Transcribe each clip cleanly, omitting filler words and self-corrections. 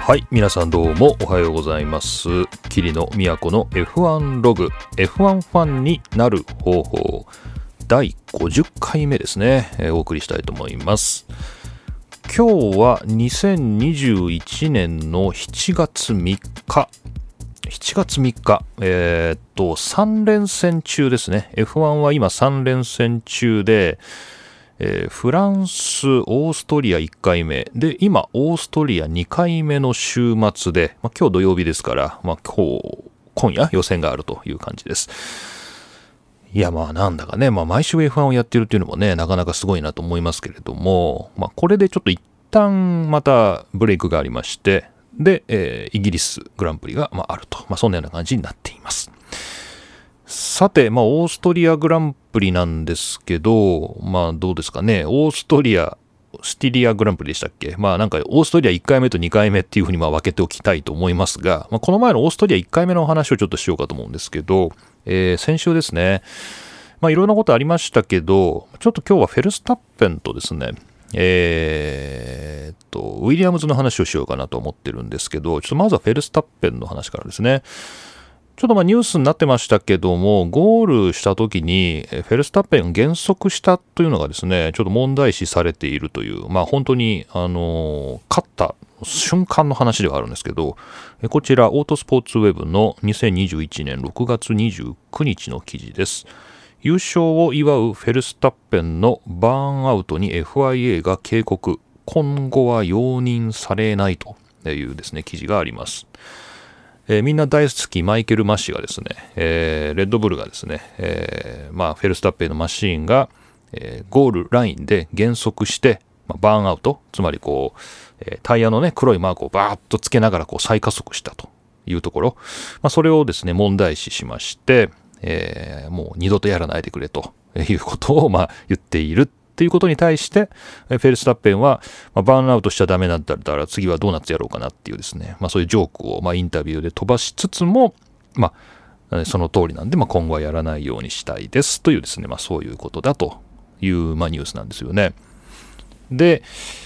はい、皆さんどうもおはようございます。桐野都の F1 ログ F1 ファンになる方法第50回目ですね、お送りしたいと思います。今日は2021年の7月3日3連戦中ですね。 F1 は今3連戦中で、フランス、オーストリア1回目で、今オーストリア2回目の週末で、今日土曜日ですから、今夜予選があるという感じです。いやなんだかね、毎週 F1 をやってるっていうのもね、なかなかすごいなと思いますけれども、これでちょっと一旦またブレイクがありまして、で、イギリスグランプリがあると、そんなような感じになっています。さて、オーストリアグランプリなんですけど、どうですかね、オーストリア、スティリアグランプリでしたっけ。なんかオーストリア1回目と2回目っていうふうに分けておきたいと思いますが、この前のオーストリア1回目のお話をちょっとしようかと思うんですけど、先週ですね、いろんなことありましたけど、ちょっと今日はフェルスタッペンとですね、ウィリアムズの話をしようかなと思ってるんですけど、ちょっとまずはフェルスタッペンの話からですね。ちょっとニュースになってましたけども、ゴールした時にフェルスタッペン減速したというのがですね、ちょっと問題視されているという、本当に勝った瞬間の話ではあるんですけど、こちらオートスポーツウェブの2021年6月29日の記事です。優勝を祝うフェルスタッペンのバーンアウトに FIA が警告、今後は容認されないというですね、記事があります。みんな大好きマイケル・マシがですね、レッドブルがですね、フェルスタッペンのマシーンが、ゴールラインで減速して、バーンアウト、つまりタイヤのね、黒いマークをバーッとつけながら再加速したというところ、それをですね、問題視しまして、もう二度とやらないでくれということを言っているということに対して、フェルスタッペンは、バーンアウトしちゃダメなんだったら次はドーナツやろうかなっていうですね、そういうジョークをインタビューで飛ばしつつも、その通りなんで、今後はやらないようにしたいですというですね、そういうことだという、ニュースなんですよね。で、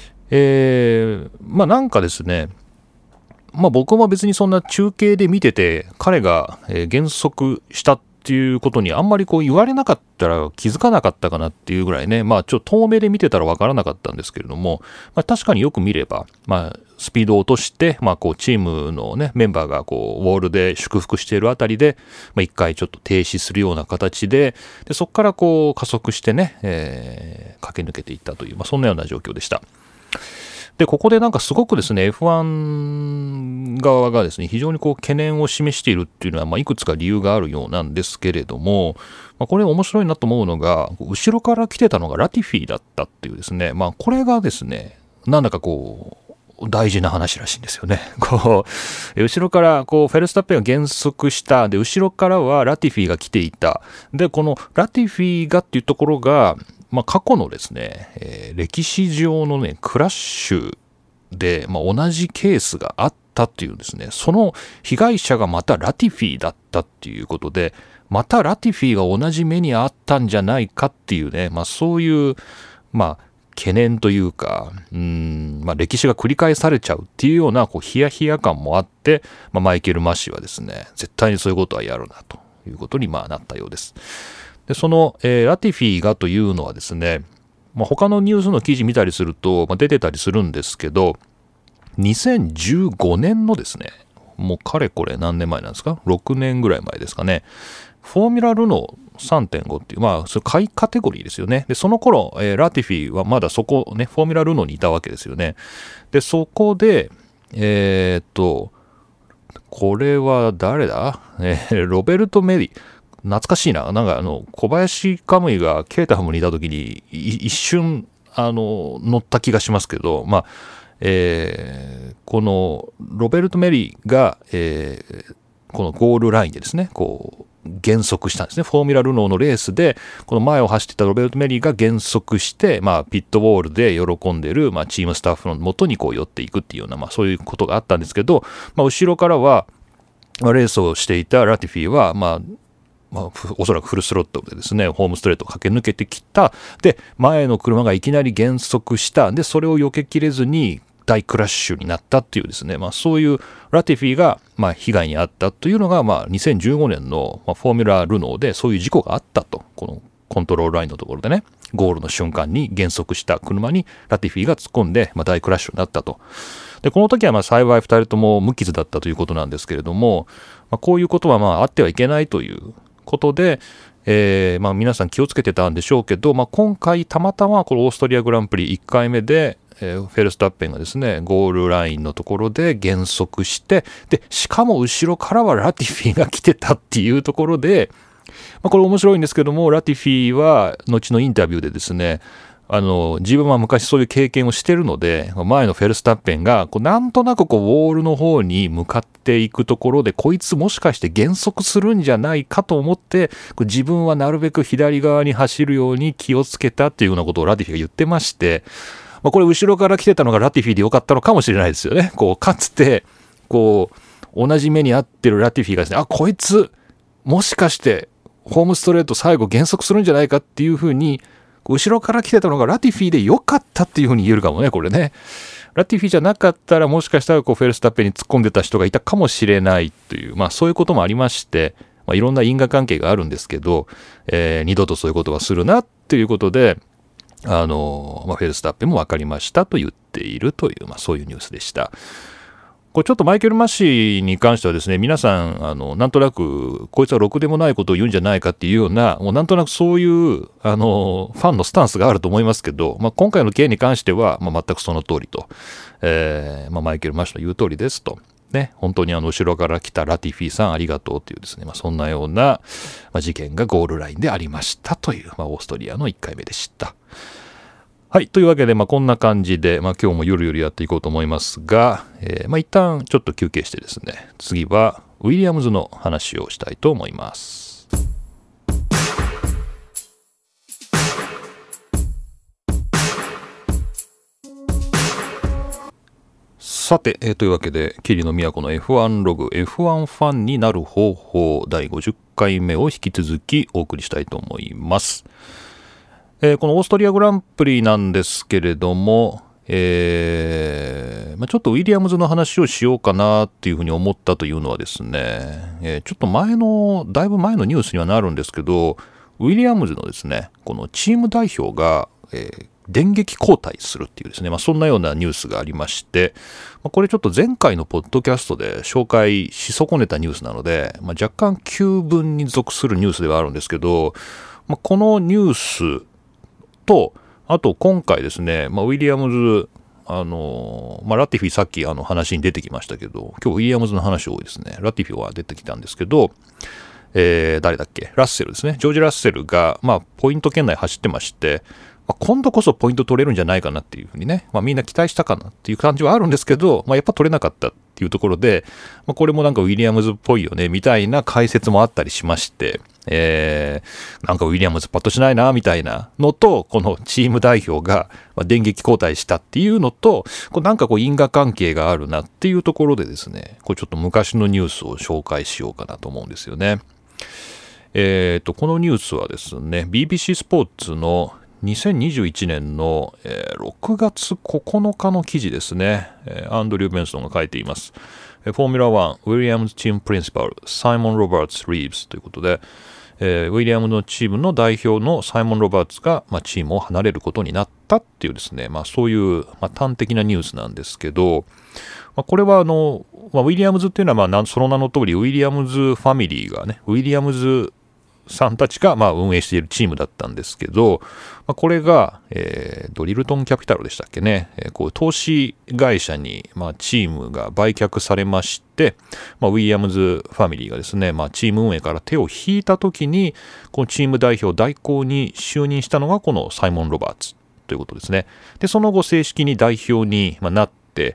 なんかですね、僕も別にそんな中継で見てて彼が減速したっていうことにあんまり言われなかったら気づかなかったかなっていうぐらいね、ちょっと遠目で見てたら分からなかったんですけれども、確かによく見れば、スピードを落として、チームのねメンバーがウォールで祝福しているあたりで、一回ちょっと停止するような形で、そこから加速してね、駆け抜けていったという、そんなような状況でした。で、ここでなんかすごくですね、F1 側がですね、非常に懸念を示しているっていうのは、いくつか理由があるようなんですけれども、これ面白いなと思うのが、後ろから来てたのがラティフィだったっていうですね、これがですね、なんだか大事な話らしいんですよね。後ろからフェルスタッペンが減速した。で、後ろからはラティフィが来ていた。で、このラティフィがっていうところが、過去のですね、歴史上のね、クラッシュで、同じケースがあったっていうんですね。その被害者がまたラティフィだったっていうことで、またラティフィが同じ目にあったんじゃないかっていうね、そういう、懸念というか、歴史が繰り返されちゃうっていうようなヒヤヒヤ感もあって、マイケル・マシはですね、絶対にそういうことはやるなということになったようです。で、その、ラティフィがというのはですね、他のニュースの記事見たりすると、出てたりするんですけど、2015年のですね、もうかれこれ何年前なんですか ?6 年ぐらい前ですかね。フォーミュラルノ 3.5 っていう、それ下位カテゴリーですよね。で、その頃、ラティフィはまだそこね、フォーミュラルノにいたわけですよね。で、そこで、これは誰だ、ロベルト・メリ。懐かしいな。なんか小林カムイがケータハムにいた時に一瞬乗った気がしますけど、このロベルト・メリが、このゴールラインでですね、減速したんですね。フォーミュラルノーのレースで、この前を走ってたロベルト・メリが減速して、ピットウォールで喜んでる、チームスタッフの元に寄っていくっていうような、そういうことがあったんですけど、後ろからは、レースをしていたラティフィは、おそらくフルスロットルでですね、ホームストレートを駆け抜けてきた。で、前の車がいきなり減速した。で、それを避けきれずに、 大クラッシュになったっていうですね、そういうラティフィが被害に遭ったというのが2015年のフォーミュラルノーでそういう事故があったと。このコントロールラインのところでね、ゴールの瞬間に減速した車にラティフィが突っ込んで大クラッシュになったと。でこの時は幸い2人とも無傷だったということなんですけれども、こういうことはあってはいけないということで、皆さん気をつけてたんでしょうけど、今回たまたまこのオーストリアグランプリ1回目でフェルスタッペンがですねゴールラインのところで減速して、でしかも後ろからはラティフィが来てたっていうところで、これ面白いんですけども、ラティフィは後のインタビューでですね、自分は昔そういう経験をしてるので、前のフェルスタッペンがなんとなくウォールの方に向かっていくところで、こいつもしかして減速するんじゃないかと思って、自分はなるべく左側に走るように気をつけたっていうようなことをラティフィが言ってまして、これ後ろから来てたのがラティフィでよかったのかもしれないですよね。かつて同じ目に遭ってるラティフィがですね、こいつもしかしてホームストレート最後減速するんじゃないかっていうふうに、後ろから来てたのがラティフィでよかったっていうふうに言えるかもね、これね。ラティフィじゃなかったらもしかしたらフェルスタッペンに突っ込んでた人がいたかもしれないという、そういうこともありまして、いろんな因果関係があるんですけど、二度とそういうことはするなっていうことで、フェルスタッペンも分かりましたと言っているという、そういうニュースでした。これちょっとマイケル・マッシーに関してはですね、皆さんなんとなくこいつはろくでもないことを言うんじゃないかっていうような、もうなんとなくそういうファンのスタンスがあると思いますけど、今回の件に関しては、全くその通りと、マイケル・マッシーの言う通りですと。ね、本当に後ろから来たラティフィさんありがとうというですね、そんなような、事件がゴールラインでありましたという、オーストリアの1回目でした。はい。というわけで、こんな感じで、今日もゆるゆるやっていこうと思いますが、一旦ちょっと休憩してですね、次はウィリアムズの話をしたいと思います。さて、というわけで、桐野都の F1 ログ、F1 ファンになる方法、第50回目を引き続きお送りしたいと思います。このオーストリアグランプリなんですけれども、ちょっとウィリアムズの話をしようかなっていうふうに思ったというのはですね、ちょっとだいぶ前のニュースにはなるんですけど、ウィリアムズのですね、このチーム代表が、電撃交代するっていうですね、そんなようなニュースがありまして、これちょっと前回のポッドキャストで紹介し損ねたニュースなので、若干旧文に属するニュースではあるんですけど、このニュースと、あと今回ですね、ウィリアムズ、ラティフィさっき話に出てきましたけど、今日ウィリアムズの話多いですね。ラティフィは出てきたんですけど、誰だっけ、ラッセルですね。ジョージ・ラッセルが、ポイント圏内走ってまして、今度こそポイント取れるんじゃないかなっていうふうにね、みんな期待したかなっていう感じはあるんですけど、やっぱ取れなかったっていうところで、これもなんかウィリアムズっぽいよね、みたいな解説もあったりしまして、なんかウィリアムズパッとしないな、みたいなのと、このチーム代表が電撃交代したっていうのと、なんか因果関係があるなっていうところでですね、ちょっと昔のニュースを紹介しようかなと思うんですよね。このニュースはですね、BBC スポーツの2021年の6月9日の記事ですね。アンドリュー・ベンソンが書いています。フォーミュラ1、ウィリアムズチームプリンシパル、サイモン・ロバーツ・リーブスということで、ウィリアムのチームの代表のサイモン・ロバーツが、チームを離れることになったっていうですね、そういう、端的なニュースなんですけど、これはウィリアムズっていうのは、その名の通り、ウィリアムズファミリーがね、ウィリアムズさんたちが運営しているチームだったんですけど、これが、ドリルトンキャピタルでしたっけね、投資会社に、チームが売却されまして、ウィリアムズファミリーがですね、チーム運営から手を引いたときに、このチーム代表代行に就任したのがこのサイモン・ロバーツということですね。で、その後正式に代表になって、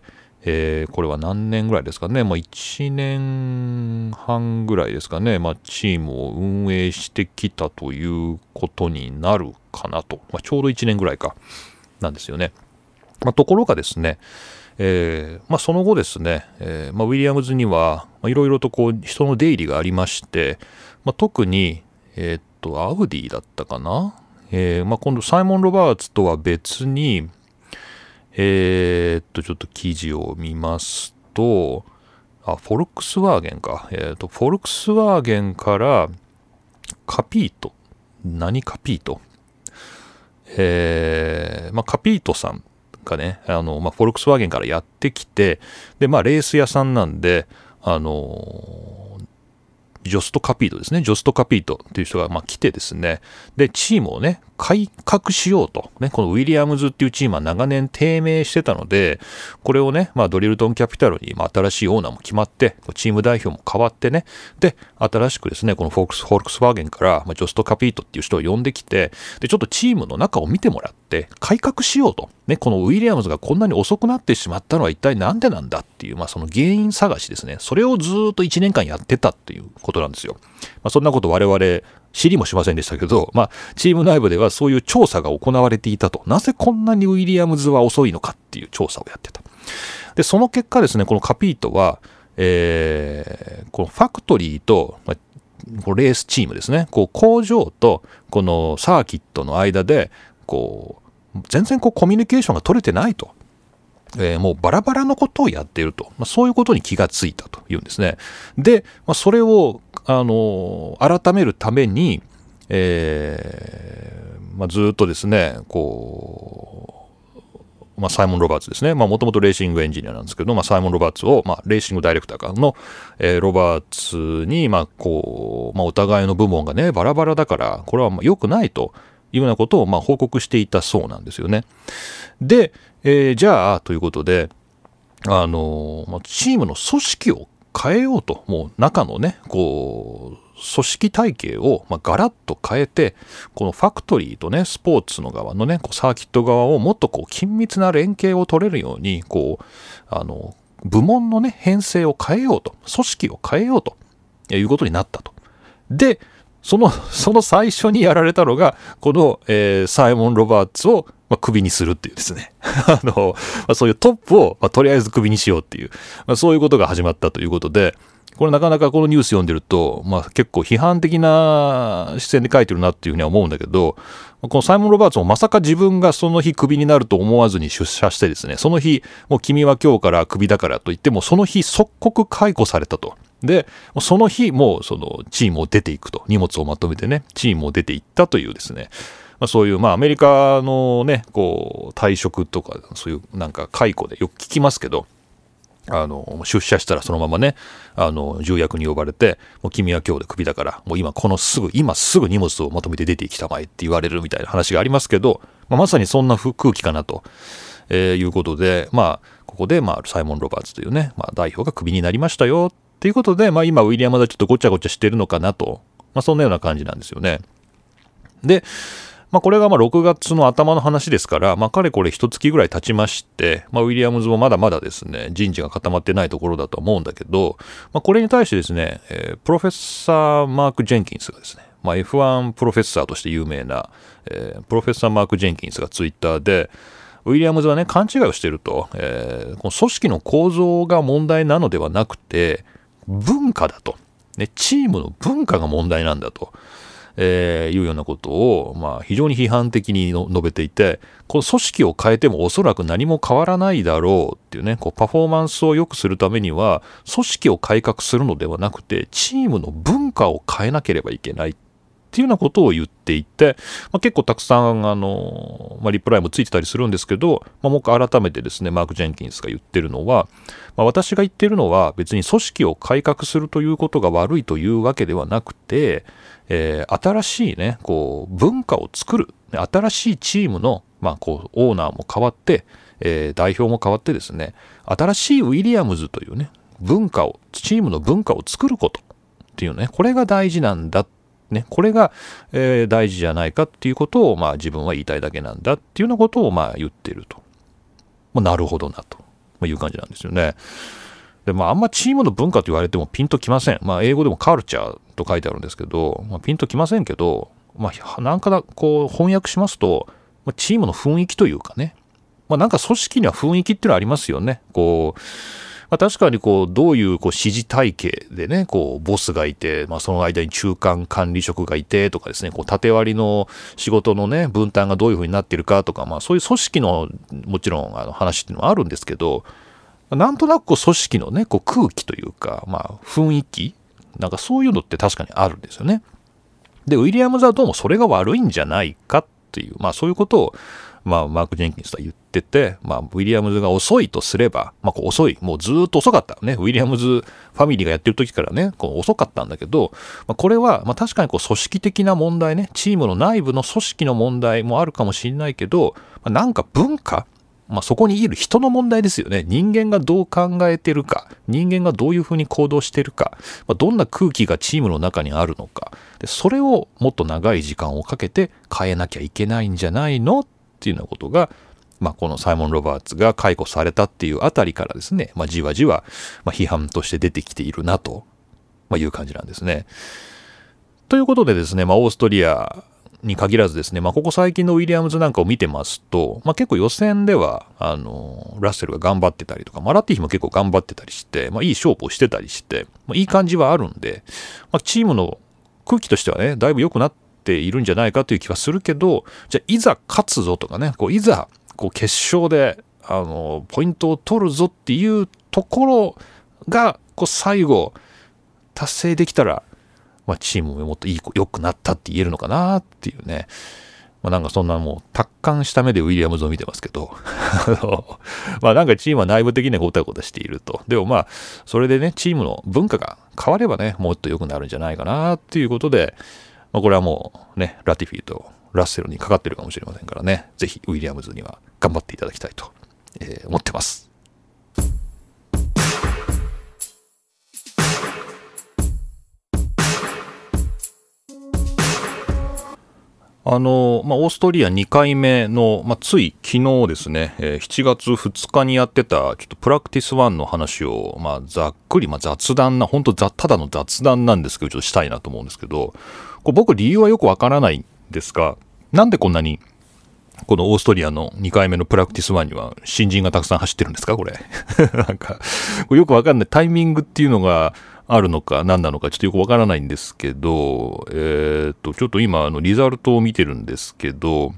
これは何年ぐらいですかね、1年半ぐらいですかね、チームを運営してきたということになるかなと、ちょうど1年ぐらいかなんですよね。ところがですね、その後ですね、ウィリアムズにはいろいろと人の出入りがありまして、特に、アウディだったかな、今度サイモン・ロバーツとは別にちょっと記事を見ますと、フォルクスワーゲンか。フォルクスワーゲンからカピート。何カピート？カピートさんがね、フォルクスワーゲンからやってきて、で、レース屋さんなんで、ジョスト・カピートですね。ジョスト・カピートっていう人が来てですね、で、チームをね、改革しようと。ね、このウィリアムズっていうチームは長年低迷してたので、これをね、ドリルトン・キャピタルに新しいオーナーも決まって、チーム代表も変わってね、で、新しくですね、このフォルクスワーゲンから、ジョスト・カピートっていう人を呼んできて、で、ちょっとチームの中を見てもらって、改革しようと。ね、このウィリアムズがこんなに遅くなってしまったのは一体なんでなんだっていう、その原因探しですね。それをずっと1年間やってたっていうことなんですよ。そんなこと我々知りもしませんでしたけど、チーム内部ではそういう調査が行われていたと。なぜこんなにウィリアムズは遅いのかっていう調査をやってた。で、その結果ですね、このカピートは、このファクトリーと、レースチームですね、工場とこのサーキットの間で、全然コミュニケーションが取れてないと。もうバラバラのことをやっていると、そういうことに気がついたというんですね。で、それを改めるために、ずっとですね、サイモン・ロバーツですね。もともとレーシングエンジニアなんですけど、サイモン・ロバーツを、レーシングダイレクターからの、ロバーツに、お互いの部門がね、バラバラだから、これは良くないというようなことを、報告していたそうなんですよね。で、じゃあ、ということで、チームの組織を変えようと、もう中のね、組織体系をガラッと変えて、このファクトリーとね、スポーツの側のね、サーキット側をもっと緊密な連携を取れるように、部門のね、編成を変えようと、組織を変えようということになったと。で、その最初にやられたのが、この、サイモン・ロバーツをクビにするっていうですね。そういうトップを、とりあえずクビにしようっていう、そういうことが始まったということで、これなかなかこのニュース読んでると、結構批判的な視線で書いてるなっていうふうには思うんだけど、このサイモン・ロバーツもまさか自分がその日クビになると思わずに出社してですね、その日、もう君は今日からクビだからと言って、もその日即刻解雇されたと。で、その日もうそのチームを出ていくと。荷物をまとめてね、チームを出ていったというですね、そういうアメリカのね、退職とか、そういうなんか解雇でよく聞きますけど、出社したらそのままね、重役に呼ばれて、もう君は今日でクビだから、もう今すぐ荷物をまとめて出ていきたまえって言われるみたいな話がありますけど、まさにそんな空気かなと、いうことで、ここでサイモン・ロバーツというね、代表がクビになりましたよっていうことで、今ウィリアムはちょっとごちゃごちゃしてるのかなと、そんなような感じなんですよね。で、これが6月の頭の話ですから、かれこれ一月ぐらい経ちまして、ウィリアムズもまだまだですね、人事が固まってないところだと思うんだけど、これに対してですね、プロフェッサー・マーク・ジェンキンスがですね、F1 プロフェッサーとして有名な、プロフェッサー・マーク・ジェンキンスがツイッターで、ウィリアムズはね、勘違いをしていると、この組織の構造が問題なのではなくて、文化だと。ね、チームの文化が問題なんだと。いうようなことを、非常に批判的に述べていて、この組織を変えてもおそらく何も変わらないだろうっていうね、パフォーマンスを良くするためには、組織を改革するのではなくて、チームの文化を変えなければいけないっていうようなことを言っていて、結構たくさん、リプライもついてたりするんですけど、もう一回改めてですね、マーク・ジェンキンスが言ってるのは、私が言ってるのは別に組織を改革するということが悪いというわけではなくて、新しいね、文化を作る、新しいチームの、オーナーも変わって、代表も変わってですね、新しいウィリアムズというね、チームの文化を作ることっていうね、これが大事なんだ。ね、これが、大事じゃないかっていうことを、自分は言いたいだけなんだっていうようなことを、言ってると。なるほどな、という感じなんですよね。で、あんまチームの文化と言われてもピンときません。英語でもカルチャーと書いてあるんですけど、ピンときませんけど、なんか翻訳しますと、チームの雰囲気というかね、なんか組織には雰囲気っていうのはありますよね。 確かにどういう指示体系でね、ボスがいて、その間に中間管理職がいてとかですね、縦割りの仕事のね、分担がどういうふうになってるかとか、そういう組織のもちろん話っていうのはあるんですけど、なんとなく組織のね、空気というか、雰囲気、なんかそういうのって確かにあるんですよね。で、ウィリアムズはどうもそれが悪いんじゃないかっていう、そういうことを、マーク・ジェンキンスは言ってて、ウィリアムズが遅いとすれば、遅い、もうずっと遅かったね。ウィリアムズファミリーがやってる時からね、遅かったんだけど、これは、確かに組織的な問題ね、チームの内部の組織の問題もあるかもしれないけど、なんか文化、そこにいる人の問題ですよね。人間がどう考えてるか、人間がどういうふうに行動してるか、どんな空気がチームの中にあるのか、でそれをもっと長い時間をかけて変えなきゃいけないんじゃないのっていうようなことが、このサイモン・ロバーツが解雇されたっていうあたりからですね、じわじわ、批判として出てきているなと、いう感じなんですね。ということでですね、オーストリアに限らずですね、ここ最近のウィリアムズなんかを見てますと、結構予選ではラッセルが頑張ってたりとか、ラティヒも結構頑張ってたりして、いい勝負をしてたりして、いい感じはあるんで、チームの空気としてはね、だいぶ良くなっているんじゃないかという気はするけど、じゃあいざ勝つぞとかね、いざ決勝でポイントを取るぞっていうところが最後達成できたら、チームももっと良くなったって言えるのかなっていうね。なんかそんなもう達観した目でウィリアムズを見てますけどなんかチームは内部的にはごたごたしていると。でもそれでね、チームの文化が変わればね、もっと良くなるんじゃないかなっていうことで、これはもうね、ラティフィーとラッセルにかかってるかもしれませんからね、ぜひウィリアムズには頑張っていただきたいと、思ってます。オーストリア2回目の、つい昨日ですね、7月2日にやってた、ちょっとプラクティス1の話を、ざっくり、雑談な、本当ただの雑談なんですけど、ちょっとしたいなと思うんですけど、僕理由はよくわからないんですが、なんでこんなに、このオーストリアの2回目のプラクティス1には新人がたくさん走ってるんですかこれ。なんか、よくわかんない。タイミングっていうのが、あるのか何なのかちょっとよくわからないんですけど、ちょっと今リザルトを見てるんですけど、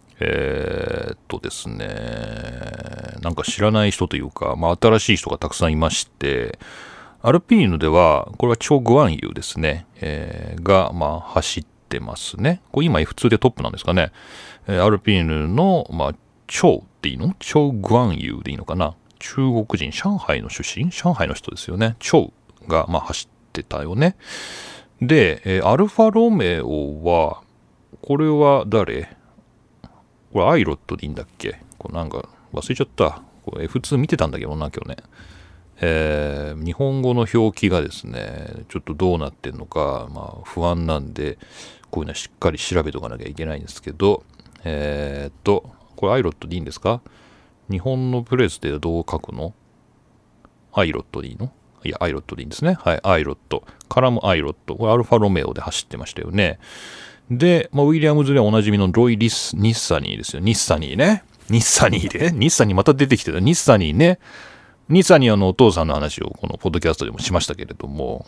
ですね、なんか知らない人というか、新しい人がたくさんいまして、アルピーヌでは、これはチョ・グワンユーですね、が、走ってますね。これ今 F2 でトップなんですかね。アルピーヌの、チョっていいの？チョ・グワンユーでいいのかな。中国人、上海の出身？上海の人ですよね。チョが走ってたよね。で、アルファロメオは、これは誰？これアイロットでいいんだっけ？これなんか忘れちゃった。これ F2 見てたんだけどな、今日ね。日本語の表記がですね、ちょっとどうなってんのか、不安なんで、こういうのはしっかり調べとかなきゃいけないんですけど、これアイロットでいいんですか？日本のプレスでどう書くの？アイロットでいいの？いや、アイロットでいいんですね。はい、アイロット。からもアイロット。これアルファロメオで走ってましたよね。で、ウィリアムズではおなじみのロイ・ニッサニーですよ。ニッサニーね。ニッサニーでニッサニーまた出てきてた。ニッサニーね。ニッサニーお父さんの話をこのポッドキャストでもしましたけれども、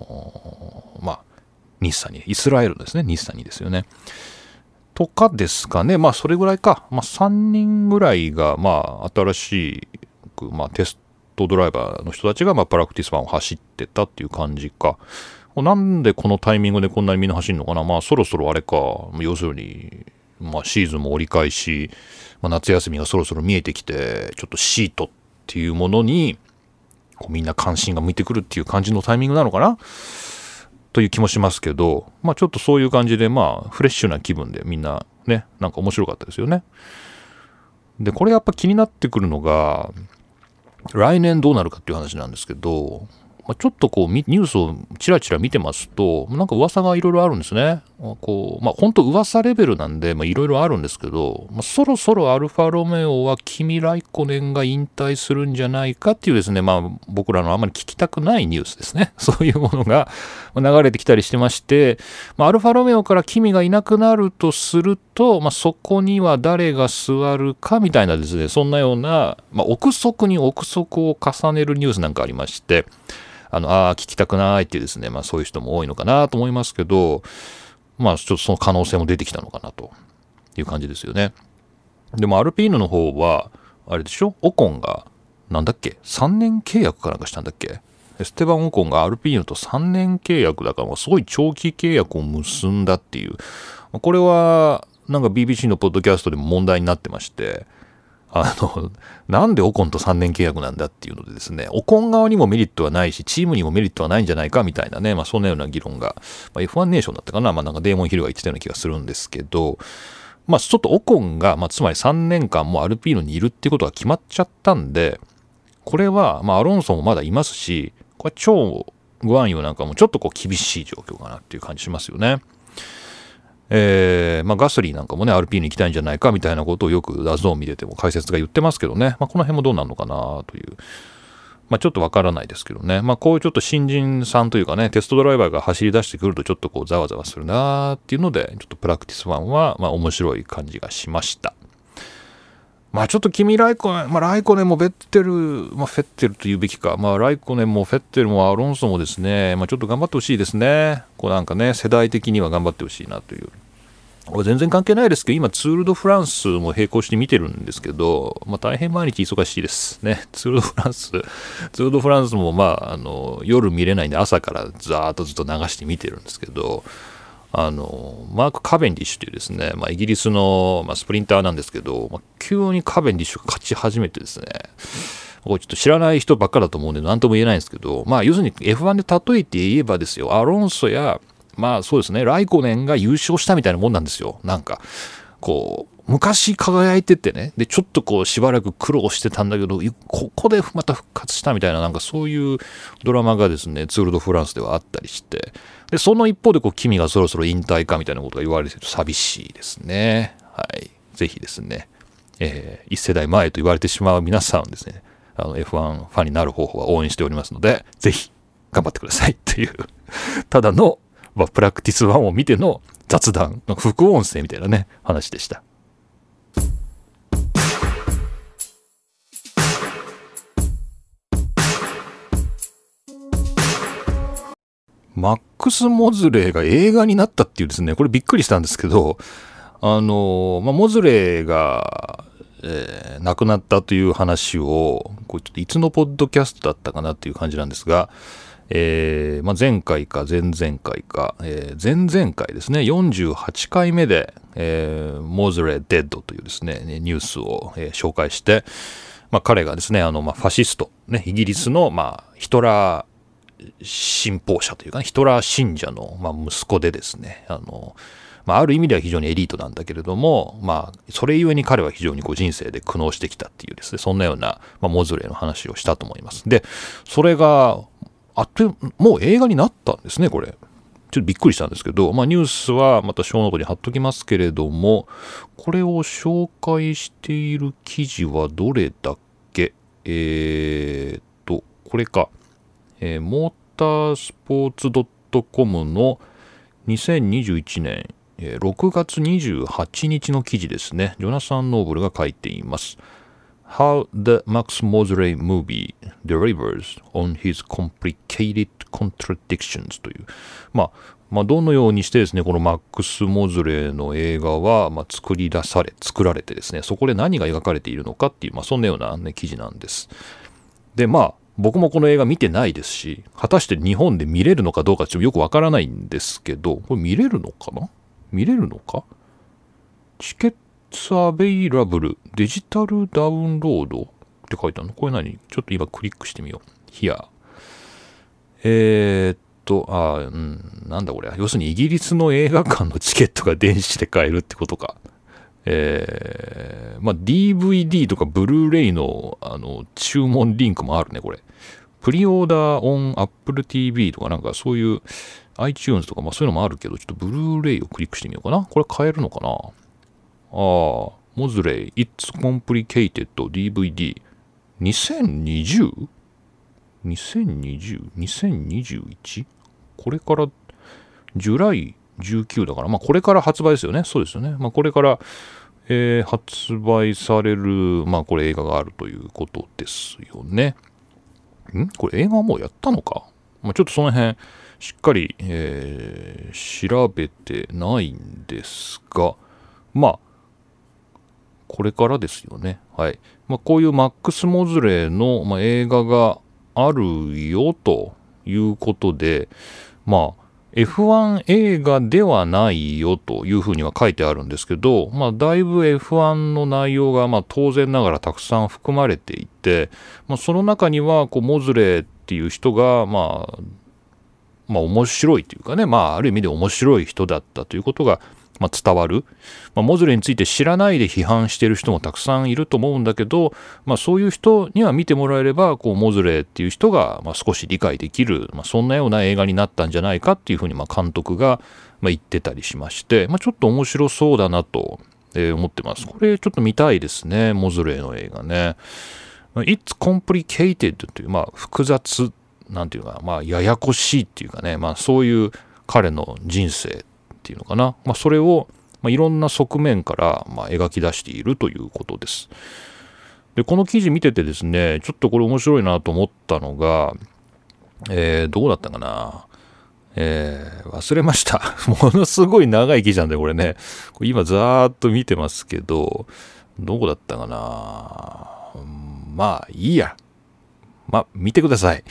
ニッサニー。イスラエルですね。ニッサニーですよね。とかですかね。それぐらいか。3人ぐらいが、新しく、テストドライバーの人たちがプラクティス1を走ってたっていう感じか。なんでこのタイミングでこんなにみんな走るのかな。そろそろあれか。要するに、シーズンも折り返し、夏休みがそろそろ見えてきて、ちょっとシートっていうものにみんな関心が向いてくるっていう感じのタイミングなのかなという気もしますけど、ちょっとそういう感じでフレッシュな気分でみんなね、なんか面白かったですよね。で、これやっぱ気になってくるのが、来年どうなるかっていう話なんですけど、ちょっとニュースをチラチラ見てますと、なんか噂がいろいろあるんですね。本当噂レベルなんで、いろいろあるんですけど、そろそろアルファロメオはキミ・ライコネンが引退するんじゃないかっていうですね、僕らのあんまり聞きたくないニュースですね。そういうものが流れてきたりしてまして、アルファロメオからキミがいなくなるとすると、そこには誰が座るかみたいなですね、そんなような、憶測に憶測を重ねるニュースなんかありまして、聞きたくないっていうですね、そういう人も多いのかなと思いますけど、ちょっとその可能性も出てきたのかなという感じですよね。でもアルピーヌの方は、あれでしょ、オコンが、なんだっけ、3年契約かなんかしたんだっけ。エステバン・オコンがアルピーヌと3年契約だから、すごい長期契約を結んだっていう。これは、なんか BBC のポッドキャストでも問題になってまして、なんでオコンと3年契約なんだっていうのでですね、オコン側にもメリットはないし、チームにもメリットはないんじゃないかみたいなね、そんなような議論が、F1 ネーションだったかな、なんかデーモン・ヒルが言ってたような気がするんですけど、ちょっとオコンが、つまり3年間もアルピーノにいるってことが決まっちゃったんで、これは、アロンソもまだいますし、これ超グアンユなんかもちょっと厳しい状況かなっていう感じしますよね。ガソリンなんかもね、アルピーノ行きたいんじゃないかみたいなことをよくダゾーン見てても解説が言ってますけどね、この辺もどうなるのかなという。ちょっとわからないですけどね。こういうちょっと新人さんというかね、テストドライバーが走り出してくるとちょっとざわざわするなーっていうので、ちょっとプラクティス1は、面白い感じがしました。ちょっと君ライコネン、ライコネンもフェッテル、フェッテルと言うべきか。ライコネンもフェッテルもアロンソもですね、ちょっと頑張ってほしいですね。なんかね、世代的には頑張ってほしいなという。全然関係ないですけど、今ツール・ド・フランスも並行して見てるんですけど、大変毎日忙しいですね。ツール・ド・フランスも夜見れないんで朝からザーッとずっと流して見てるんですけど、マーク・カベンディッシュというですね、イギリスの、スプリンターなんですけど、急にカベンディッシュが勝ち始めてですね、これちょっと知らない人ばっかだと思うんで何とも言えないんですけど、要するに F1 で例えて言えばですよ、アロンソやそうですね、ライコネンが優勝したみたいなもんなんですよ。なんか昔輝いててね、でちょっとしばらく苦労してたんだけど、ここでまた復活したみたいな、なんかそういうドラマがですね、ツール・ド・フランスではあったりして、でその一方で君がそろそろ引退かみたいなことが言われてると寂しいですね。はい、ぜひですね、一世代前と言われてしまう皆さんですね、F1 ファンになる方法は応援しておりますので、ぜひ頑張ってくださいっていうただのプラクティス1を見ての雑談の副音声みたいなね、話でした。マックス・モズレーが映画になったっていうですね、これびっくりしたんですけど、モズレーが、亡くなったという話を、これちょっといつのポッドキャストだったかなっていう感じなんですが、前回か前々回か、前々回ですね、48回目で、モズレー・デッドというですね、ニュースを、紹介して、彼がですね、ファシスト、ね、イギリスの、ヒトラー信奉者というか、ね、ヒトラー信者の、息子でですね、ある意味では非常にエリートなんだけれども、それゆえに彼は非常に人生で苦悩してきたっていうですね、そんなような、モズレーの話をしたと思います。で、それが、もう映画になったんですね、これ。ちょっとびっくりしたんですけど、ニュースはまたショーノートに貼っときますけれども、これを紹介している記事はどれだっけ？これか。モータースポーツ .com の2021年6月28日の記事ですね。ジョナサン・ノーブルが書いています。How the Max Mosley movie delivers on his complicated contradictions という。どのようにしてですね、このマックス・モズレーの映画は、作られてですね、そこで何が描かれているのかっていう、そんなような、ね、記事なんです。で、僕もこの映画見てないですし、果たして日本で見れるのかどうかちょっとよくわからないんですけど、これ見れるのかな？見れるのか？チケットアベイラブルデジタルダウンロードって書いてあるの？これ何？ちょっと今クリックしてみよう。Here。なんだこれ。要するにイギリスの映画館のチケットが電子で買えるってことか。DVD とかブルーレイの、注文リンクもあるね、これ。プリオーダーオン Apple TV とかなんかそういう iTunes とかそういうのもあるけど、ちょっとブルーレイをクリックしてみようかな。これ買えるのかな？モズレイ It's Complicated DVD 2020?2021? これからジュライ 19だから、まあこれから発売ですよね。そうですよね。まあこれから、発売される、まあこれ映画があるということですよね。これ映画はもうやったのか、まあ、ちょっとその辺しっかり、調べてないんですが、まあこれからですよね。はい。まあ、こういうマックス・モズレーの、まあ、映画があるよということで、まあ F1 映画ではないよというふうには書いてあるんですけど、まあ、だいぶ F1 の内容がまあ当然ながらたくさん含まれていて、まあ、その中にはこうモズレーっていう人がまあ面白いというかね、まあある意味で面白い人だったということがまあ伝わる、まあ、モズレーについて知らないで批判している人もたくさんいると思うんだけど、まあ、そういう人には見てもらえればこうモズレーっていう人がまあ少し理解できる、まあ、そんなような映画になったんじゃないかっていうふうにまあ監督がまあ言ってたりしまして、まあ、ちょっと面白そうだなと思ってます。これちょっと見たいですね、モズレーの映画ね。It's complicated という、まあ、複雑なんていうか、まあ、ややこしいっていうかね、まあ、そういう彼の人生っていうのかな、まあ、それを、まあ、いろんな側面から、まあ、描き出しているということです。で、この記事見ててですね、ちょっとこれ面白いなと思ったのが、どうだったかな。忘れました。ものすごい長い記事なんで、これね。今、ざーっと見てますけど、どこだったかな。まあ、いいや。まあ、見てください。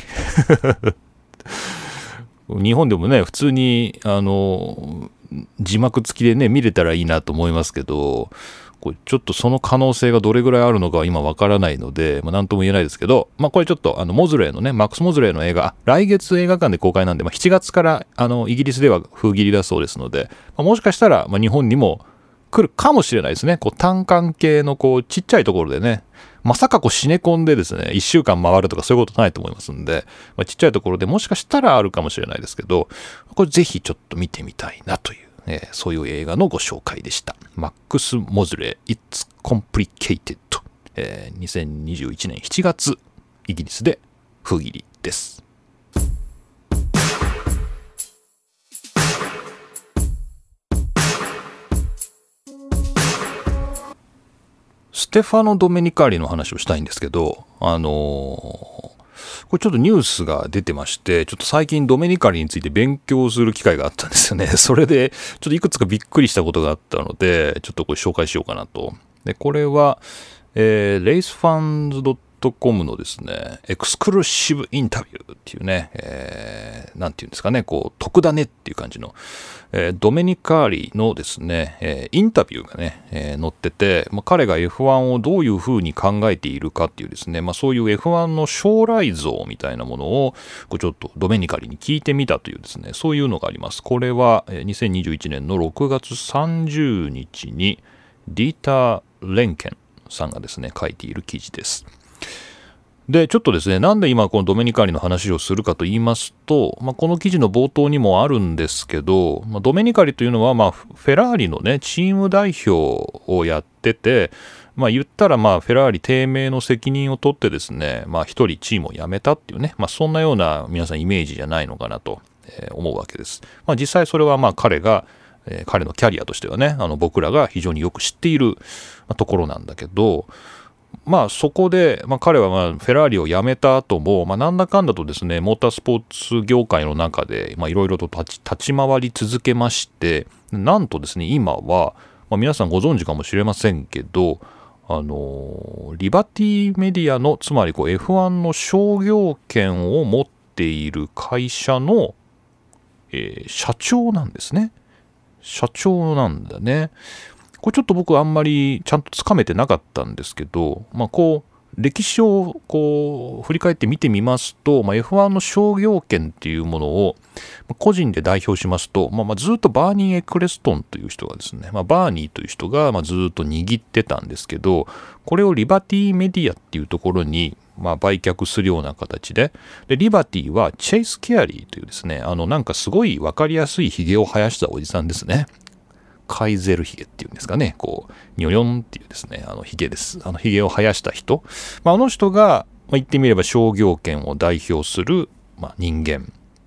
日本でもね、普通に、字幕付きでね、見れたらいいなと思いますけど、これちょっとその可能性がどれぐらいあるのかは今わからないので、まあ、なんとも言えないですけど、まあ、これちょっと、モズレーのね、マックス・モズレーの映画、来月映画館で公開なんで、まあ、7月から、イギリスでは封切りだそうですので、まあ、もしかしたら、まあ、日本にも来るかもしれないですね。こう、単館系の、こう、ちっちゃいところでね、まさかこうシネコンでですね、1週間回るとかそういうことないと思いますんで、まあ、ちっちゃいところでもしかしたらあるかもしれないですけど、これぜひちょっと見てみたいなという、そういう映画のご紹介でした。マックス・モズレー It's Complicated、2021年7月、イギリスで封切りです。ステファノ・ドメニカーリの話をしたいんですけど、これちょっとニュースが出てまして、ちょっと最近ドメニカーリについて勉強する機会があったんですよね。それで、ちょっといくつかびっくりしたことがあったので、ちょっとこれ紹介しようかなと。で、これは、racefans.com のですね、エクスクルーシブインタビューっていうね、なんていうんですかね、こう、得だねっていう感じの、ドメニカーリのですね、インタビューがね、載ってて、まあ、彼が F1 をどういうふうに考えているかっていうですね、まあ、そういう F1 の将来像みたいなものをこうちょっとドメニカーリに聞いてみたというですね、そういうのがあります。これは2021年の6月30日にディーター・レンケンさんがですね、書いている記事です。で、ちょっとですね、なんで今このドメニカーリの話をするかと言いますと、まあ、この記事の冒頭にもあるんですけど、まあ、ドメニカーリというのは、まあ、フェラーリのね、チーム代表をやってて、まあ、言ったら、まあ、フェラーリ低迷の責任を取ってですね、まあ、一人チームを辞めたっていうね、まあ、そんなような皆さんイメージじゃないのかなと思うわけです。まあ、実際それは、まあ、彼のキャリアとしてはね、僕らが非常によく知っているところなんだけど、まあそこで、まあ、彼はまあフェラーリを辞めた後も、まあ、なんだかんだとですね、モータースポーツ業界の中でいろいろと立ち回り続けまして、なんとですね、今は、まあ、皆さんご存知かもしれませんけど、リバティメディアの、つまりこう F1 の商業権を持っている会社の、社長なんですね。社長なんだね。これちょっと僕あんまりちゃんとつかめてなかったんですけど、まあこう歴史をこう振り返って見てみますと、まあ、F1 の商業権っていうものを個人で代表しますと、まあずっとバーニー・エクレストンという人がですね、まあ、バーニーという人がずっと握ってたんですけど、これをリバティメディアっていうところにまあ売却するような形で、リバティはチェイス・ケアリーというですね、なんかすごい分かりやすいひげを生やしたおじさんですね。カイゼルヒゲっていうんですかね、こうニョヨンっていうですね、ヒゲです。ヒゲを生やした人、まあ、人が、まあ、言ってみれば商業権を代表する、まあ、人間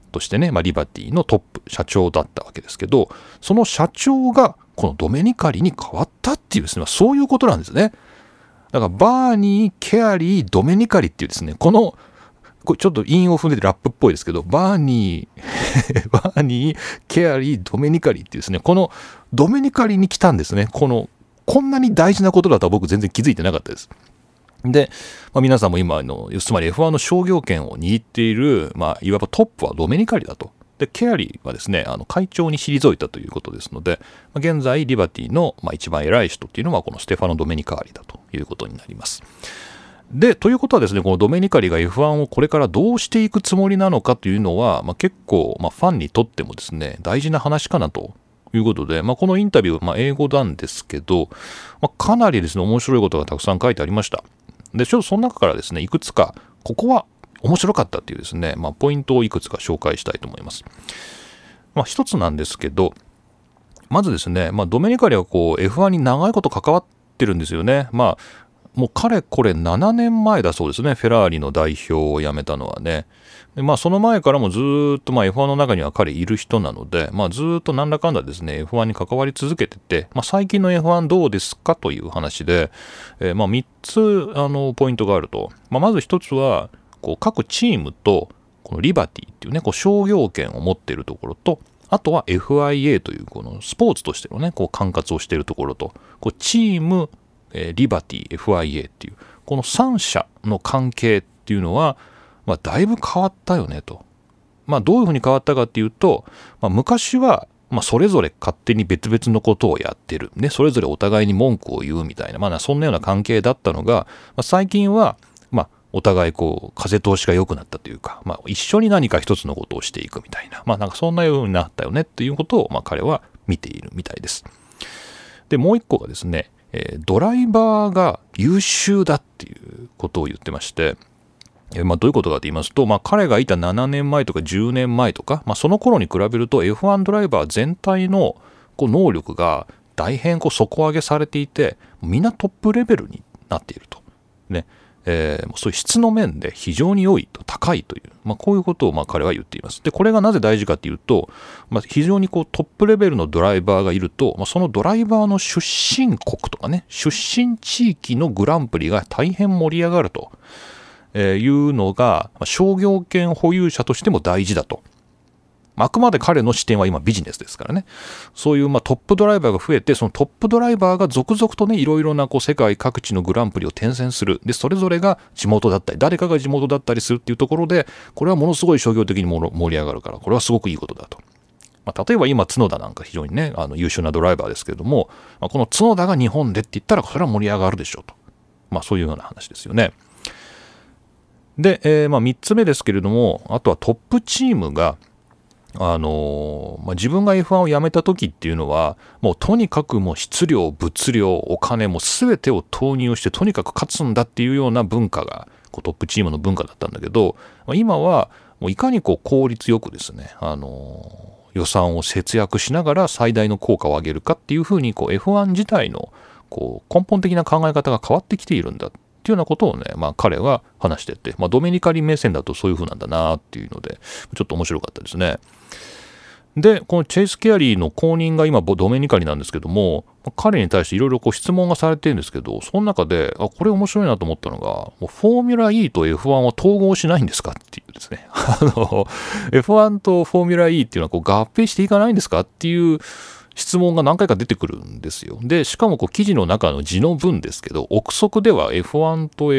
としてね、リバティのトップ社長だったわけですけど、その社長がこのドメニカリに変わったっていうですね、そういうことなんですね。だからバーニー、ケアリー、ドメニカリっていうですね、これちょっと韻を踏んでてラップっぽいですけど、バーニー、ケアリー、ドメニカリっていうですね、このドメニカリに来たんですね。こんなに大事なことだとは僕全然気づいてなかったです。で、皆さんも今つまり F1 の商業権を握っている、いわばトップはドメニカリだと。で、ケアリーはですね、会長に退いたということですので、現在、リバティの、一番偉い人っていうのは、このステファノ・ドメニカリだということになります。で、ということはですね、このドメニカリが F1 をこれからどうしていくつもりなのかというのは、結構、ファンにとってもですね、大事な話かなということで、このインタビュー、英語なんですけど、かなりですね、面白いことがたくさん書いてありました。で、ちょっとその中からですね、いくつか、ここは面白かったっていうですね、ポイントをいくつか紹介したいと思います。一つなんですけど、まずですね、ドメニカリはF1 に長いこと関わってるんですよね。もうかれこれ7年前だそうですね、フェラーリの代表を辞めたのはね。でその前からもずっとF1 の中には彼いる人なので、ずっとなんだかんだですね、F1 に関わり続けてて、最近の F1 どうですかという話で、3つポイントがあると。まず1つは、各チームと、このリバティっていうね、商業権を持っているところと、あとは FIA というこのスポーツとしてのね、管轄をしているところと、チーム、リバティ、FIA っていう、この3社の関係っていうのは、だいぶ変わったよねと。どういうふうに変わったかっていうと、昔は、それぞれ勝手に別々のことをやってる。ね、それぞれお互いに文句を言うみたいな、そんなような関係だったのが、最近は、お互い風通しが良くなったというか、一緒に何か一つのことをしていくみたいな、なんかそんなようになったよねっていうことを、彼は見ているみたいです。で、もう一個がですね、ドライバーが優秀だっていうことを言ってまして、どういうことかと言いますと、彼がいた7年前とか10年前とか、その頃に比べると F1 ドライバー全体の能力が大変底上げされていて、みんなトップレベルになっていると。ね。そういう質の面で非常に良いと、高いという、こういうことを彼は言っています。で、これがなぜ大事かというと、非常にトップレベルのドライバーがいると、そのドライバーの出身国とかね、出身地域のグランプリが大変盛り上がるというのが、商業権保有者としても大事だと。あくまで彼の視点は今ビジネスですからね。そういうトップドライバーが増えて、そのトップドライバーが続々とね、いろいろな世界各地のグランプリを転戦する。で、それぞれが地元だったり、誰かが地元だったりするっていうところで、これはものすごい商業的に盛り上がるから、これはすごくいいことだと。例えば今、角田なんか非常にね、優秀なドライバーですけれども、この角田が日本でって言ったら、それは盛り上がるでしょうと。そういうような話ですよね。で、3つ目ですけれども、あとはトップチームが、自分が F1 を辞めた時っていうのはもうとにかくもう質量、物量、お金も全てを投入してとにかく勝つんだっていうような文化がトップチームの文化だったんだけど、今はもういかに効率よくですね、予算を節約しながら最大の効果を上げるかっていうふうにF1 自体の根本的な考え方が変わってきているんだっていうようなことをね、彼は話してて、ドメニカリ目線だとそういう風なんだなっていうので、ちょっと面白かったですね。で、このチェイス・ケアリーの後任が今ドメニカリなんですけども、彼に対していろいろ質問がされてるんですけど、その中で、これ面白いなと思ったのが、フォーミュラ E と F1 は統合しないんですかっていうですね。F1 とフォーミュラ E っていうのは合併していかないんですかっていう質問が何回か出てくるんですよ。で、しかも記事の中の字の文ですけど、憶測では F1 と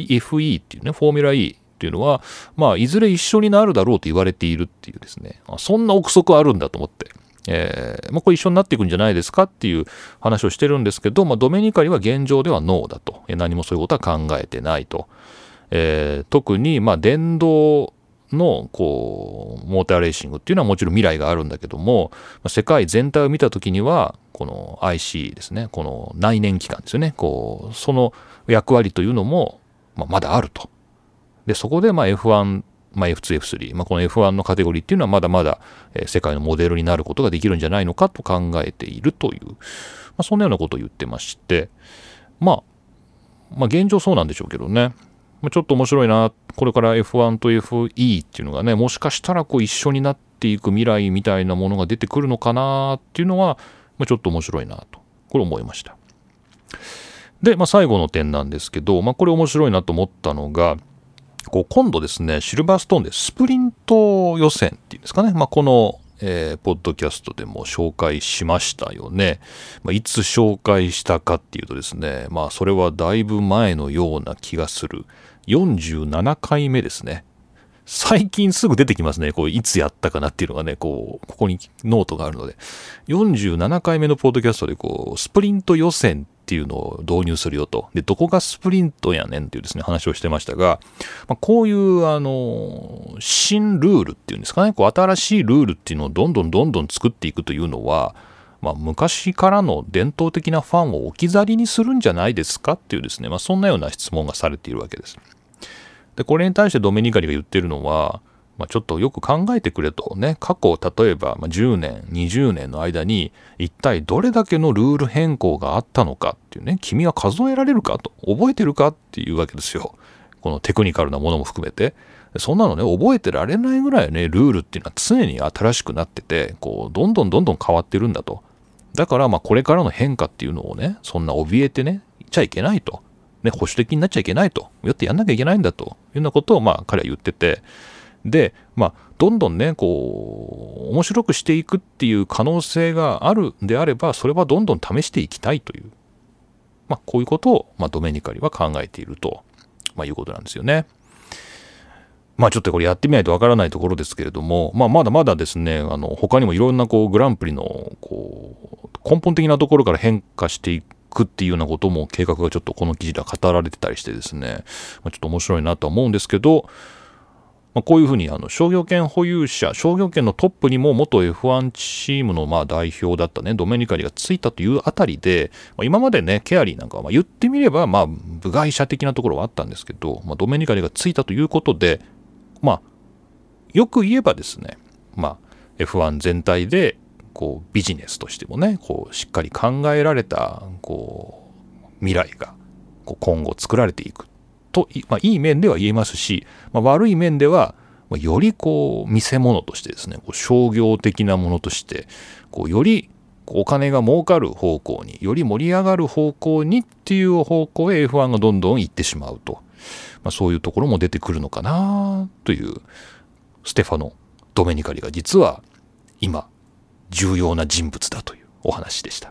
FE っていうね、フォーミュラ E っていうのは、いずれ一緒になるだろうと言われているっていうですね、そんな憶測あるんだと思って、これ一緒になっていくんじゃないですかっていう話をしてるんですけど、ドメニカリは現状ではノーだと。何もそういうことは考えてないと。特に、電動のモーターレーシングっていうのはもちろん未来があるんだけども、世界全体を見たときにはこの IC ですね、この内燃機関ですよね、その役割というのもまだあると。でそこでF1、F2、F3、この F1 のカテゴリーっていうのはまだまだ世界のモデルになることができるんじゃないのかと考えているという、そんなようなことを言ってまして、現状そうなんでしょうけどね。 ちょっと面白いな、これから F1 と FE っていうのがね、もしかしたらこう一緒になっていく未来みたいなものが出てくるのかなっていうのは、ちょっと面白いなと、これ思いました。で、最後の点なんですけど、これ面白いなと思ったのが、今度ですね、シルバーストーンでスプリント予選っていうんですかね、この、ポッドキャストでも紹介しましたよね。いつ紹介したかっていうとですね、それはだいぶ前のような気がする。47回目ですね。最近すぐ出てきますね。いつやったかなっていうのがね、ここにノートがあるので。47回目のポッドキャストで、スプリント予選っていうのを導入するよと。で、どこがスプリントやねんっていうですね、話をしてましたが、こういう、新ルールっていうんですかね、新しいルールっていうのをどんどん作っていくというのは、昔からの伝統的なファンを置き去りにするんじゃないですかっていうですね、そんなような質問がされているわけです。で、これに対してドメニカリが言ってるのは、ちょっとよく考えてくれとね、過去例えば10年、20年の間に一体どれだけのルール変更があったのかっていうね、君は数えられるかと、覚えてるかっていうわけですよ。このテクニカルなものも含めて。そんなのね、覚えてられないぐらいね、ルールっていうのは常に新しくなってて、どんどん変わってるんだと。だからこれからの変化っていうのをね、そんな怯えてね、いっちゃいけないと。ね、保守的になっちゃいけないと。よってやんなきゃいけないんだというようなことを彼は言ってて、で、どんどんね、面白くしていくっていう可能性があるんであれば、それはどんどん試していきたいという、こういうことを、ドメニカリは考えていると、いうことなんですよね。ちょっとこれやってみないとわからないところですけれども、まだまだですね、他にもいろんなグランプリの根本的なところから変化していくっていうようなことも計画がちょっとこの記事では語られてたりしてですね、ちょっと面白いなとは思うんですけど、こういうふうに商業権保有者、商業権のトップにも元 F1 チームの代表だったね、ドメニカリがついたというあたりで、今までね、ケアリーなんかは言ってみれば、部外者的なところはあったんですけど、ドメニカリがついたということで、よく言えばですね、F1 全体で、ビジネスとしてもね、しっかり考えられた、未来が、今後作られていく。と、いい面では言えますし、悪い面では、より見せ物としてですね、商業的なものとして、よりお金が儲かる方向に、より盛り上がる方向にっていう方向へ F1 がどんどん行ってしまうと。そういうところも出てくるのかなという、ステファノ・ドメニカリが実は今、重要な人物だというお話でした。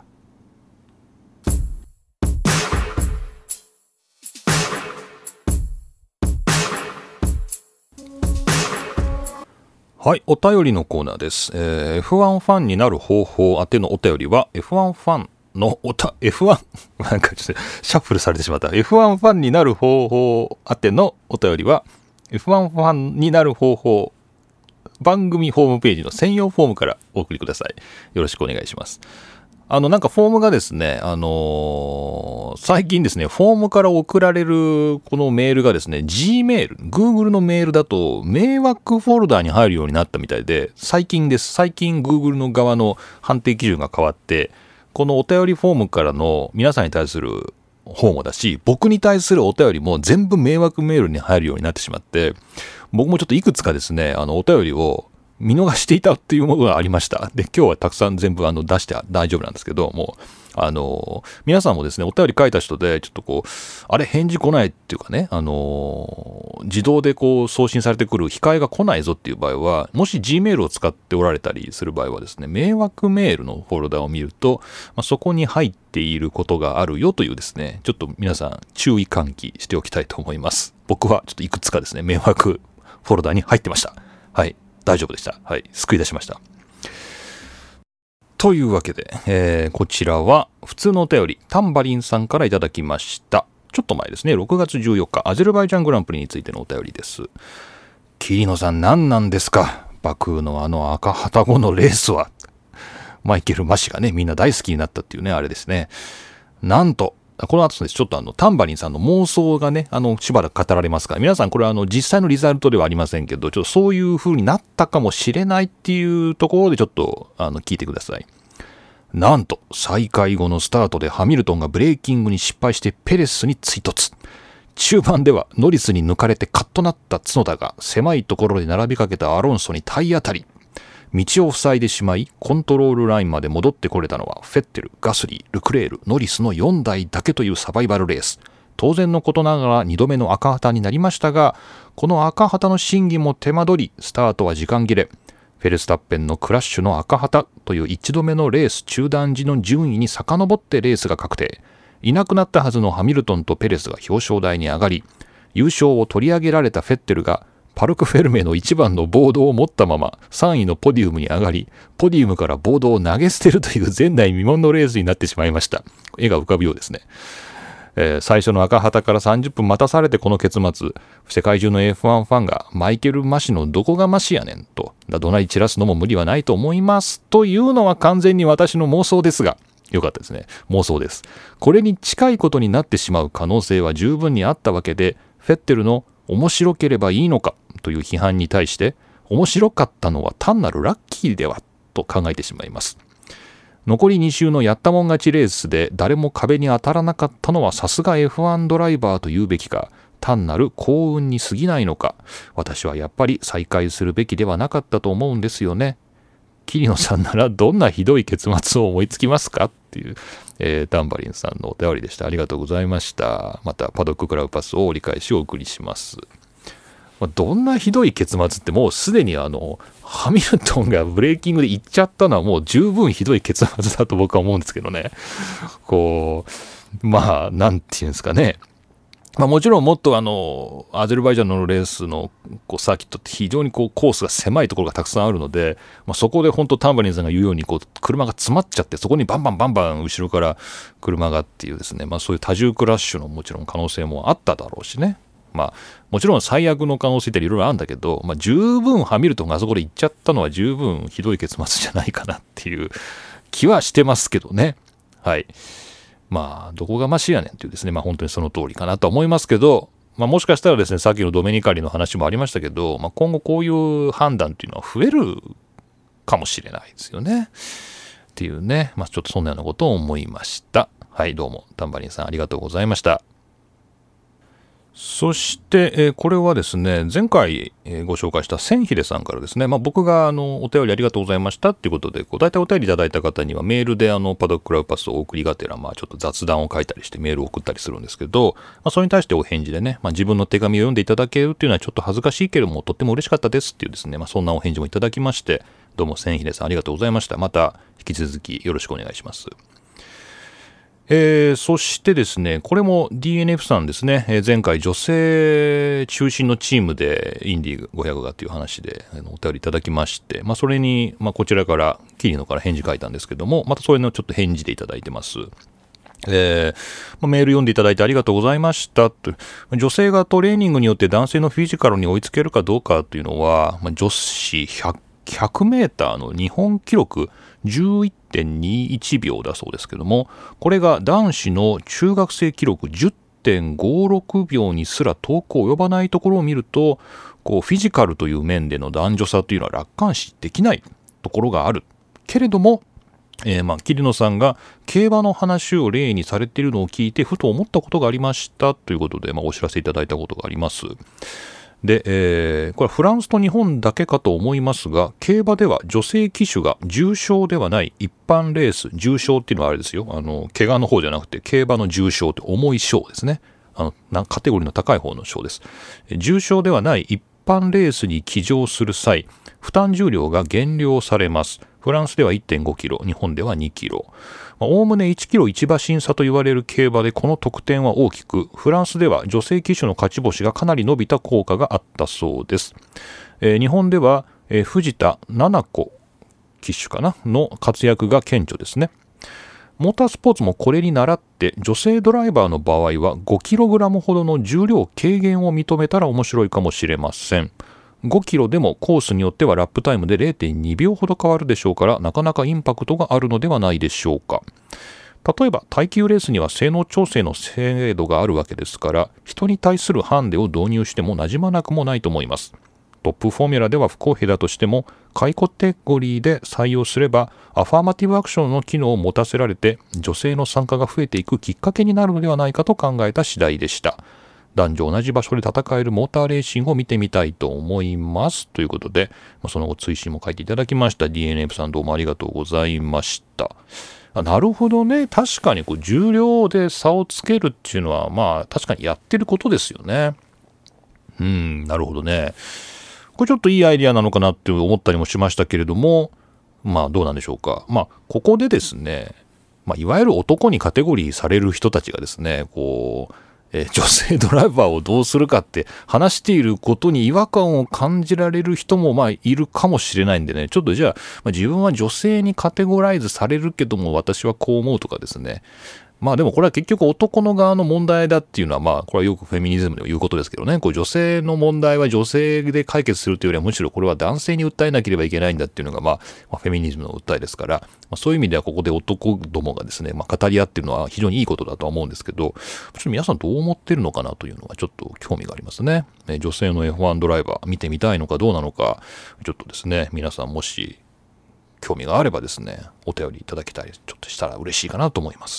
はい、お便りのコーナーです。F1 ファンになる方法宛てのお便りは F1 ファンのF1 なんかちょっとシャッフルされてしまった。F1 ファンになる方法宛てのお便りは F1 ファンになる方法番組ホームページの専用フォームからお送りください。よろしくお願いします。なんかフォームがですね、最近ですね、フォームから送られるこのメールがですね、Gmail、Google のメールだと迷惑フォルダーに入るようになったみたいで、最近 Google の側の判定基準が変わって、このお便りフォームからの皆さんに対する方もだし、僕に対するお便りも全部迷惑メールに入るようになってしまって、僕もちょっといくつかですね、お便りを見逃していたっていうものがありました。で、今日はたくさん全部出して大丈夫なんですけども、皆さんもですね、お便り書いた人で、ちょっとあれ返事来ないっていうかね、自動で送信されてくる控えが来ないぞっていう場合は、もし Gmail を使っておられたりする場合はですね、迷惑メールのフォルダを見ると、そこに入っていることがあるよというですね、ちょっと皆さん注意喚起しておきたいと思います。僕はちょっといくつかですね、迷惑フォルダに入ってました。はい。大丈夫でした。はい。救い出しました。というわけで、こちらは普通のお便り、タンバリンさんからいただきました。ちょっと前ですね、6月14日、アゼルバイジャングランプリについてのお便りです。桐野さん何なんですか、バクーの赤旗後のレースは。マイケル・マシがね、みんな大好きになったっていうね、あれですね。なんと、この後です、ちょっとタンバリンさんの妄想がね、しばらく語られますから、皆さんこれは実際のリザルトではありませんけど、ちょっとそういう風になったかもしれないっていうところでちょっと聞いてください。なんと、再開後のスタートでハミルトンがブレーキングに失敗してペレスに追突。 中盤ではノリスに抜かれてカッとなった角田が狭いところで並びかけたアロンソに体当たり。道を塞いでしまいコントロールラインまで戻ってこれたのはフェッテル、ガスリー、ルクレール、ノリスの4台だけというサバイバルレース。当然のことながら2度目の赤旗になりましたが、この赤旗の審議も手間取り、スタートは時間切れ。フェルスタッペンのクラッシュの赤旗という1度目のレース中断時の順位に遡ってレースが確定。いなくなったはずのハミルトンとペレスが表彰台に上がり、優勝を取り上げられたフェッテルがパルクフェルメの1番のボードを持ったまま3位のポディウムに上がり、ポディウムからボードを投げ捨てるという前代未聞のレースになってしまいました。絵が浮かぶようですね。最初の赤旗から30分待たされてこの結末、世界中の F1 ファンがマイケル・マシのどこがマシやねんと怒鳴り散らすのも無理はないと思いますというのは完全に私の妄想ですが、よかったですね。妄想です。これに近いことになってしまう可能性は十分にあったわけで、フェッテルの面白ければいいのかという批判に対して、面白かったのは単なるラッキーではと考えてしまいます。残り2周のやったもん勝ちレースで誰も壁に当たらなかったのはさすが F1 ドライバーと言うべきか、単なる幸運に過ぎないのか、私はやっぱり再開するべきではなかったと思うんですよね。桐野さんならどんなひどい結末を思いつきますかっていう、タンバリンさんのお便りでした。ありがとうございました。またパドッククラブパスを折り返しお送りします。どんなひどい結末ってもうすでにハミルトンがブレーキングで行っちゃったのはもう十分ひどい結末だと僕は思うんですけどね。まあなんていうんですかね。もちろんもっとアゼルバイジャンのレースのサーキットって非常にコースが狭いところがたくさんあるので、そこで本当タンバリンさんが言うように車が詰まっちゃってそこにバンバン後ろから車がっていうですね、そういう多重クラッシュのもちろん可能性もあっただろうしね。もちろん最悪の可能性っていろいろあるんだけど、十分ハミルトンがあそこで行っちゃったのは十分ひどい結末じゃないかなっていう気はしてますけどね。はい。どこがマシやねんっていうですね、本当にその通りかなと思いますけど、もしかしたらですね、さっきのドメニカリの話もありましたけど、今後こういう判断っていうのは増えるかもしれないですよね。っていうね、ちょっとそんなようなことを思いました。はい、どうも、タンバリンさんありがとうございました。そして、これはですね、前回、ご紹介した千秀さんからですね、僕がお便りありがとうございましたっていうことで、大体お便りいただいた方にはメールでパドッククラブパスをお送りがてら、ちょっと雑談を書いたりしてメールを送ったりするんですけど、それに対してお返事でね、自分の手紙を読んでいただけるっていうのはちょっと恥ずかしいけれども、とっても嬉しかったですっていうですね、そんなお返事もいただきまして、どうも千秀さんありがとうございました。また引き続きよろしくお願いします。そしてですね、これも DNF さんですね、前回女性中心のチームでインディ500がという話でお便りいただきまして、それに、こちらから桐野から返事書いたんですけども、またそれのちょっと返事でいただいてます。メール読んでいただいてありがとうございましたと。女性がトレーニングによって男性のフィジカルに追いつけるかどうかというのは、女子100メーターの日本記録11.21 秒だそうですけども、これが男子の中学生記録 10.56 秒にすら遠く及ばないところを見ると、フィジカルという面での男女差というのは楽観視できないところがあるけれども、桐野さんが競馬の話を例にされているのを聞いてふと思ったことがありましたということで、お知らせいただいたことがあります。で、これはフランスと日本だけかと思いますが、競馬では女性騎手が重賞ではない一般レース、重賞っていうのはあれですよ、怪我の方じゃなくて競馬の重賞って重い賞ですね。カテゴリーの高い方の賞です。重賞ではない一般レースに騎乗する際、負担重量が減量されます。フランスでは 1.5 キロ、日本では2キロ。おおむね1キロ1馬身差と言われる競馬でこの得点は大きく、フランスでは女性騎手の勝ち星がかなり伸びた効果があったそうです。日本では、藤田七子騎手かなの活躍が顕著ですね。モータースポーツもこれに倣って女性ドライバーの場合は 5kg ほどの重量軽減を認めたら面白いかもしれません。5キロでもコースによってはラップタイムで 0.2 秒ほど変わるでしょうから、なかなかインパクトがあるのではないでしょうか。例えば耐久レースには性能調整の制度があるわけですから、人に対するハンデを導入しても馴染まなくもないと思います。トップフォーミュラでは不公平だとしても、下位カテゴリーで採用すればアファーマティブアクションの機能を持たせられて女性の参加が増えていくきっかけになるのではないかと考えた次第でした。 男女同じ場所で戦えるモーターレーシングを見てみたいと思いますということで、その後追伸も書いていただきました。 DNF さんどうもありがとうございました。なるほどね。確かに重量で差をつけるっていうのは確かにやってることですよね。なるほどね。これちょっといいアイディアなのかなって思ったりもしましたけれども、どうなんでしょうか。ここでですね、いわゆる男にカテゴリーされる人たちがですね、女性ドライバーをどうするかって話していることに違和感を感じられる人もいるかもしれないんでね、ちょっとじゃあ、自分は女性にカテゴライズされるけども私はこう思うとかですね、でもこれは結局男の側の問題だっていうのはこれはよくフェミニズムでも言うことですけどね、女性の問題は女性で解決するというよりはむしろこれは男性に訴えなければいけないんだっていうのがフェミニズムの訴えですから、そういう意味ではここで男どもがですね、語り合ってるのは非常にいいことだとは思うんですけど、ちょっと皆さんどう思ってるのかなというのはちょっと興味がありますね。女性の F1 ドライバー見てみたいのかどうなのか、ちょっとですね、皆さんもし興味があればですね、お便りいただきたい、ちょっとしたら嬉しいかなと思います。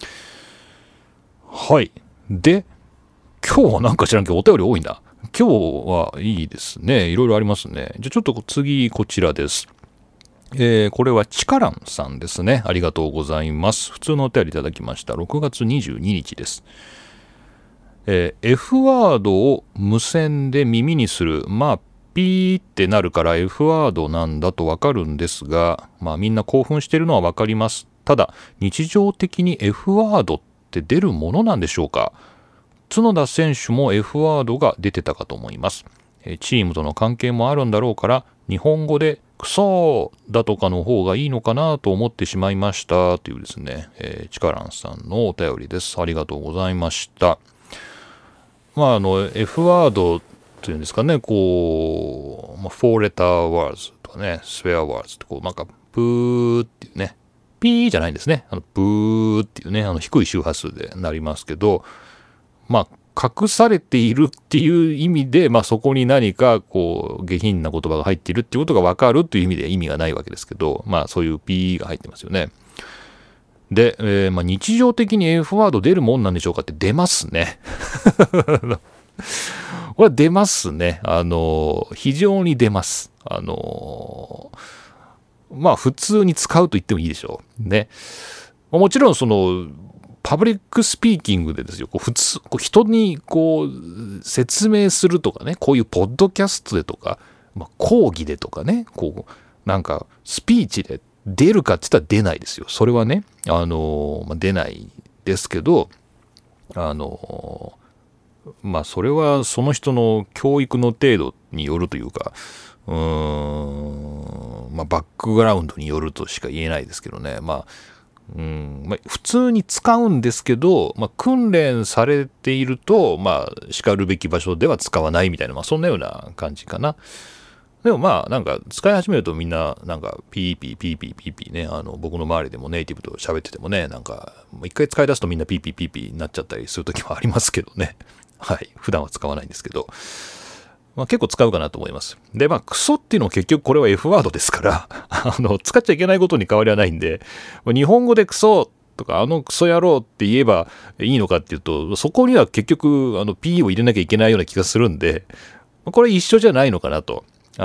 はい。で、今日はなんか知らんけどお便り多いな。今日はいいですね。いろいろありますね。じゃあちょっと次こちらです。これはチカランさんですね。ありがとうございます。普通のお便りいただきました。6月22日です。F ワードを無線で耳にする。ピーってなるから F ワードなんだとわかるんですが、みんな興奮してるのはわかります。ただ、日常的に F ワードって出るものなんでしょうか。角田選手も F ワードが出てたかと思います。チームとの関係もあるんだろうから、日本語でクソーだとかの方がいいのかなと思ってしまいましたというですね、チカランさんのお便りです。ありがとうございました。F ワードというんですかね、4レターワーズとかね、スウェアワーズってブーっていうね、ピーじゃないんですね。ブーっていうね、低い周波数でなりますけど、隠されているっていう意味で、そこに何か下品な言葉が入っているっていうことが分かるという意味で意味がないわけですけど、そういうピーが入ってますよね。で、日常的に F ワード出るもんなんでしょうかって出ますね。これは出ますね。非常に出ます。普通に使うと言ってもいいでしょう。ね。もちろんパブリックスピーキングでですよ、普通、人に説明するとかね、こういうポッドキャストでとか、講義でとかね、スピーチで出るかって言ったら出ないですよ。それはね、出ないですけど、それはその人の教育の程度によるというか、バックグラウンドによるとしか言えないですけどね。普通に使うんですけど、訓練されていると、叱るべき場所では使わないみたいな、そんなような感じかな。でも使い始めるとみんなピーピーピーピーピーピーね、僕の周りでもネイティブと喋っててもね、一回使い出すとみんなピーピーピーピーになっちゃったりする時もありますけどね。はい。普段は使わないんですけど。結構使うかなと思います。で、クソっていうのも結局これは F ワードですから、使っちゃいけないことに変わりはないんで、日本語でクソとか、クソ野郎って言えばいいのかっていうと、そこには結局、P を入れなきゃいけないような気がするんで、これ一緒じゃないのかなと、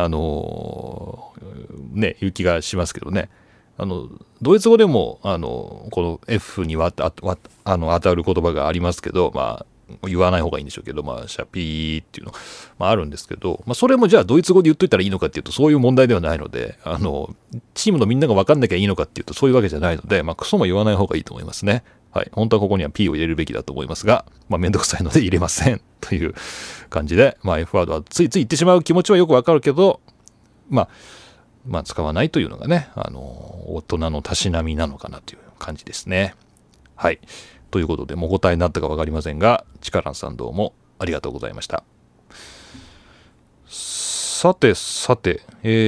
いう気がしますけどね。ドイツ語でも、この F には当たる言葉がありますけど、言わない方がいいんでしょうけど、シャピーっていうの、あるんですけど、それもじゃあドイツ語で言っといたらいいのかっていうと、そういう問題ではないので、チームのみんなが分かんなきゃいいのかっていうと、そういうわけじゃないので、クソも言わない方がいいと思いますね。はい。本当はここには P を入れるべきだと思いますが、めんどくさいので入れません。という感じで、F ワードはついつい言ってしまう気持ちはよくわかるけど、使わないというのがね、大人のたしなみなのかなという感じですね。はい。ということで、もうお答えになったか分かりませんが、チカランさんどうもありがとうございました。さて、それ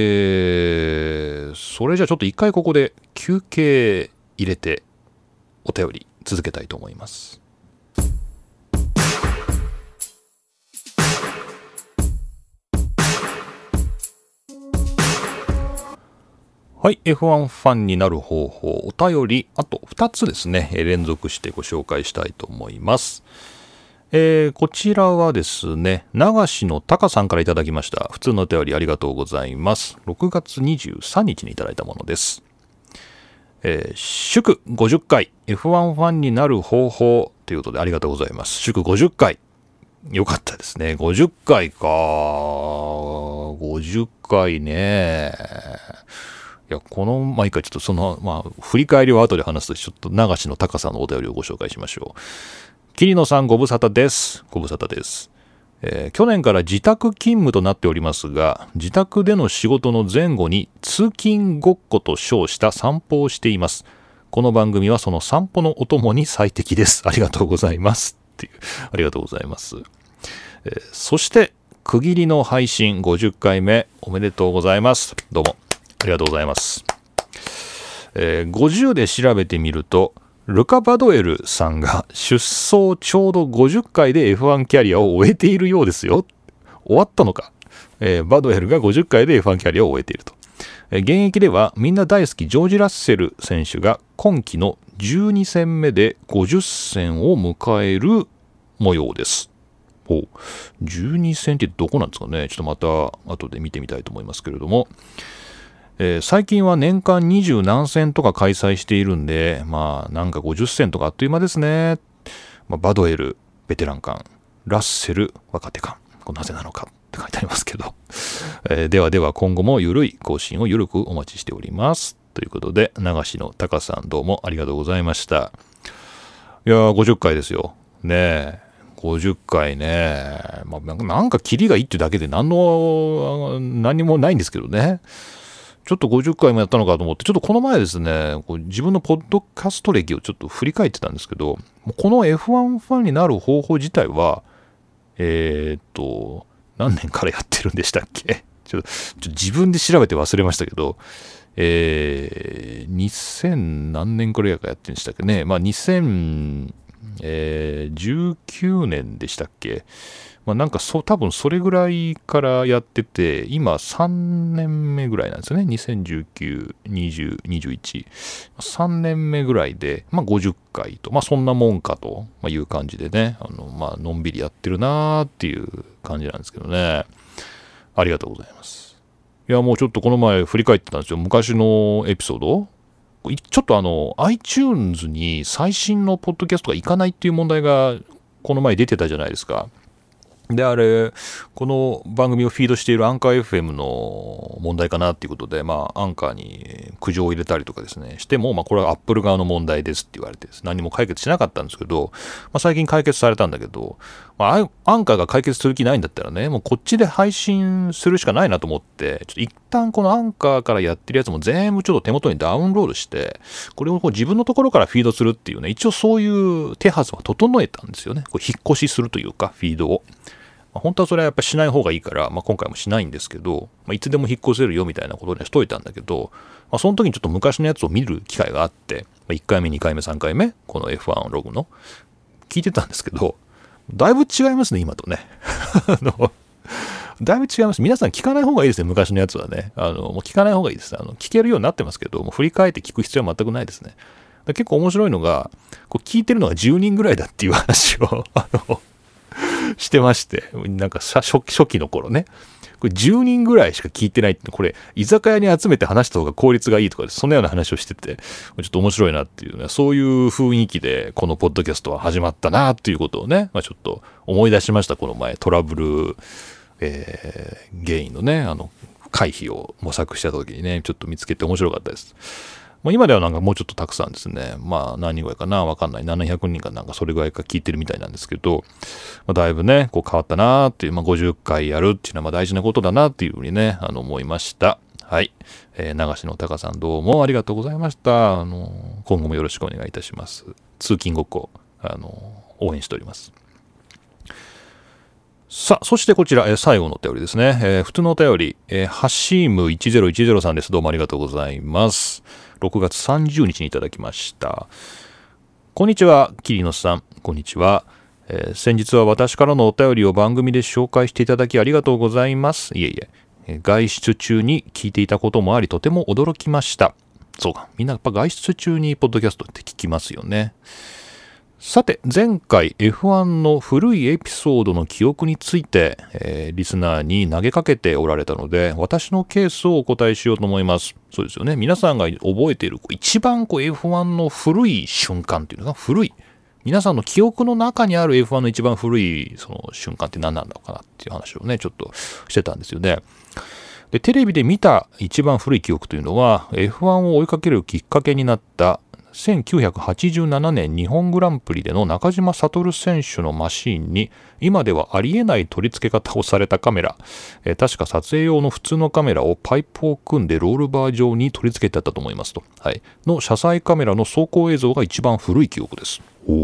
じゃあちょっと一回ここで休憩入れてお便り続けたいと思います。はい。F1 ファンになる方法、お便り、あと2つですね、連続してご紹介したいと思います。 こちらはですね、流しのタカさんからいただきました。普通のお便りありがとうございます。6月23日にいただいたものです。祝50回 F1 ファンになる方法ということでありがとうございます。祝50回。よかったですね。50回か。50回ね。いや、毎回ちょっと振り返りを後で話すと、ちょっと流しのタカさんのお便りをご紹介しましょう。桐野さんご無沙汰です。ご無沙汰です。去年から自宅勤務となっておりますが、自宅での仕事の前後に通勤ごっこと称した散歩をしています。この番組はその散歩のお供に最適です。ありがとうございます。っていう、ありがとうございます。そして、区切りの配信50回目おめでとうございます。どうもありがとうございます。50で調べてみると、ルカ・バドエルさんが出走ちょうど50回で F1 キャリアを終えているようですよ。終わったのか。バドエルが50回で F1 キャリアを終えていると。現役ではみんな大好きジョージ・ラッセル選手が今季の12戦目で50戦を迎える模様です。12戦ってどこなんですかね。ちょっとまた後で見てみたいと思いますけれども。最近は年間20何戦とか開催しているんで、なんか50戦とかあっという間ですね。バドエル、ベテラン間、ラッセル、若手間。なぜなのかって書いてありますけど。ではでは今後もゆるい更新をゆるくお待ちしております。ということで、流しのタカさんどうもありがとうございました。いやー、50回ですよ。ねえ。50回ね。なんかキリがいいってだけで何にもないんですけどね。ちょっと50回もやったのかと思って、ちょっとこの前ですね、自分のポッドキャスト歴をちょっと振り返ってたんですけど、この F1 ファンになる方法自体は、何年からやってるんでしたっけ？ちょっと自分で調べて忘れましたけど、2000何年くらいかやってるんでしたっけね。2019年でしたっけ。なんか多分それぐらいからやってて、今3年目ぐらいなんですよね。2019、20、21。3年目ぐらいで、50回と、そんなもんかという感じでね、のんびりやってるなーっていう感じなんですけどね。ありがとうございます。いや、もうちょっとこの前振り返ってたんですよ。昔のエピソード。ちょっとiTunes に最新のポッドキャストがいかないっていう問題がこの前出てたじゃないですか。で、この番組をフィードしているアンカー FM の問題かなっていうことで、アンカーに苦情を入れたりとかですね、しても、これは Apple 側の問題ですって言われてです、何も解決しなかったんですけど、最近解決されたんだけど、アンカーが解決する気ないんだったらね、もうこっちで配信するしかないなと思って、ちょっと一旦このアンカーからやってるやつも全部ちょっと手元にダウンロードして、これを自分のところからフィードするっていうね、一応そういう手はずは整えたんですよね。引っ越しするというか、フィードを。本当はそれはやっぱりしない方がいいから、今回もしないんですけど、いつでも引っ越せるよみたいなことにはしといたんだけど、その時にちょっと昔のやつを見る機会があって、1回目、2回目、3回目、この F1 ログの、聞いてたんですけど、だいぶ違いますね、今とね。だいぶ違います。皆さん聞かない方がいいですね、昔のやつはね。もう聞かない方がいいです。聞けるようになってますけど、もう振り返って聞く必要は全くないですね。結構面白いのが、聞いてるのが10人ぐらいだっていう話を、してまして、なんか初期の頃ね、これ10人ぐらいしか聞いてないって、これ居酒屋に集めて話した方が効率がいいとか、そんなような話をしてて、ちょっと面白いなっていうね、そういう雰囲気でこのポッドキャストは始まったなっていうことをね、ちょっと思い出しました。この前トラブル、原因のね、回避を模索した時にね、ちょっと見つけて面白かったです。今ではなんかもうちょっとたくさんですね。何人ぐらいかなわかんない。700人かなんかそれぐらいか聞いてるみたいなんですけど、だいぶね、変わったなーっていう、50回やるっていうのは大事なことだなっていうふうにね、思いました。はい。流しのタカさんどうもありがとうございました。今後もよろしくお願いいたします。通勤ごっこ、応援しております。さあ、そしてこちら、最後のお便りですね。普通のお便り、ハシーム1010さんです。どうもありがとうございます。6月30日にいただきました。こんにちは、桐野さん。こんにちは。先日は私からのお便りを番組で紹介していただきありがとうございます。いえいえ、外出中に聞いていたこともあり、とても驚きました。そうか、みんなやっぱ外出中にポッドキャストって聞きますよね。 さて、前回 F1 の古いエピソードの記憶について、リスナーに投げかけておられたので、私のケースをお答えしようと思います。そうですよね。皆さんが覚えている一番F1 の古い瞬間っていうのが古い。皆さんの記憶の中にある F1 の一番古いその瞬間って何なんだろうかなっていう話をね、ちょっとしてたんですよね。で、テレビで見た一番古い記憶というのは、F1 を追いかけるきっかけになった1987年日本グランプリでの中島悟選手のマシーンに今ではありえない取り付け方をされたカメラ、確か撮影用の普通のカメラをパイプを組んでロールバー状に取り付けてあったと思いますと、はい、の車載カメラの走行映像が一番古い記憶です。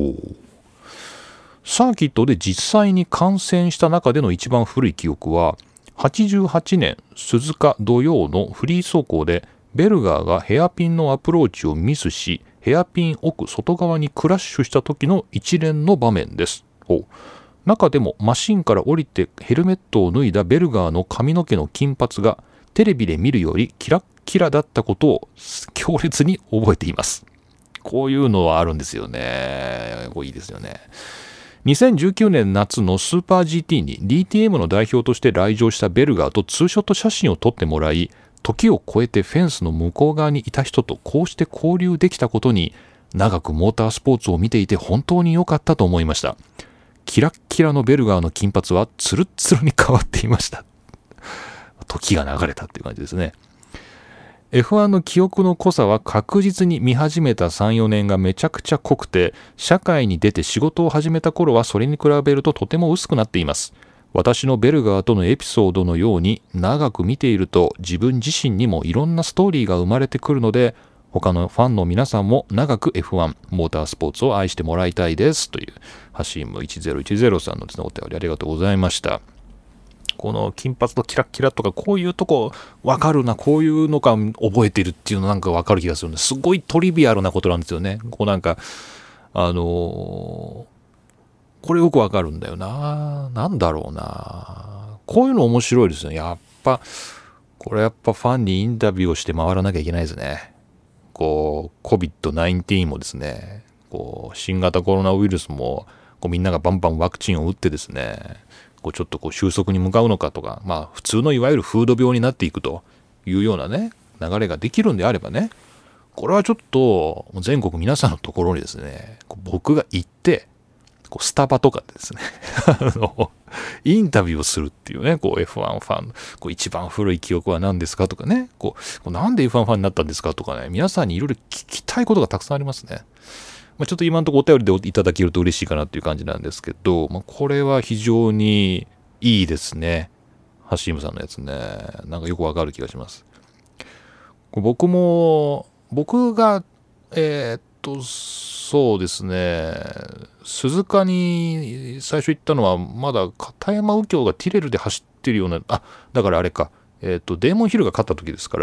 サーキットで実際に観戦した中での一番古い記憶は88年鈴鹿土曜のフリー走行でベルガーがヘアピンのアプローチをミスしヘアピン奥外側にクラッシュした時の一連の場面です。中でもマシンから降りてヘルメットを脱いだベルガーの髪の毛の金髪がテレビで見るよりキラッキラだったことを強烈に覚えています。こういうのはあるんですよね。いいですよね。2019年夏のスーパー GT に DTM の代表として来場したベルガーとツーショット写真を撮ってもらい、時を超えてフェンスの向こう側にいた人とこうして交流できたことに、長くモータースポーツを見ていて本当に良かったと思いました。キラッキラのベルガーの金髪はツルッツルに変わっていました。時が流れたっていう感じですね。F1 の記憶の濃さは確実に見始めた3、4年がめちゃくちゃ濃くて、社会に出て仕事を始めた頃はそれに比べるととても薄くなっています。私のベルガーとのエピソードのように長く見ていると自分自身にもいろんなストーリーが生まれてくるので、他のファンの皆さんも長く F1 モータースポーツを愛してもらいたいですというハシーム1010さんのですね、お便りありがとうございました。この金髪とキラッキラとかこういうとこ分かるな、こういうのか覚えてるっていうのなんか分かる気がするんです。すごいトリビアルなことなんですよね。なんかこれよくわかるんだよな。なんだろうな。こういうの面白いですよね。これやっぱファンにインタビューをして回らなきゃいけないですね。COVID-19 もですね、新型コロナウイルスもみんながバンバンワクチンを打ってですね、ちょっと収束に向かうのかとか、普通のいわゆる風土病になっていくというようなね、流れができるんであればね、これはちょっと全国皆さんのところにですね、僕が行って、スタバとかでですねインタビューをするっていうね、F1 ファン、一番古い記憶は何ですかとかね、なんで F1 ファンになったんですかとかね、皆さんにいろいろ聞きたいことがたくさんありますね。ちょっと今のところお便りでいただけると嬉しいかなっていう感じなんですけど、これは非常にいいですね。ハシームさんのやつね、なんかよくわかる気がします。僕が、そうですね、鈴鹿に最初行ったのはまだ片山右京がティレルで走ってるような、だからあれか、デーモンヒルが勝った時ですから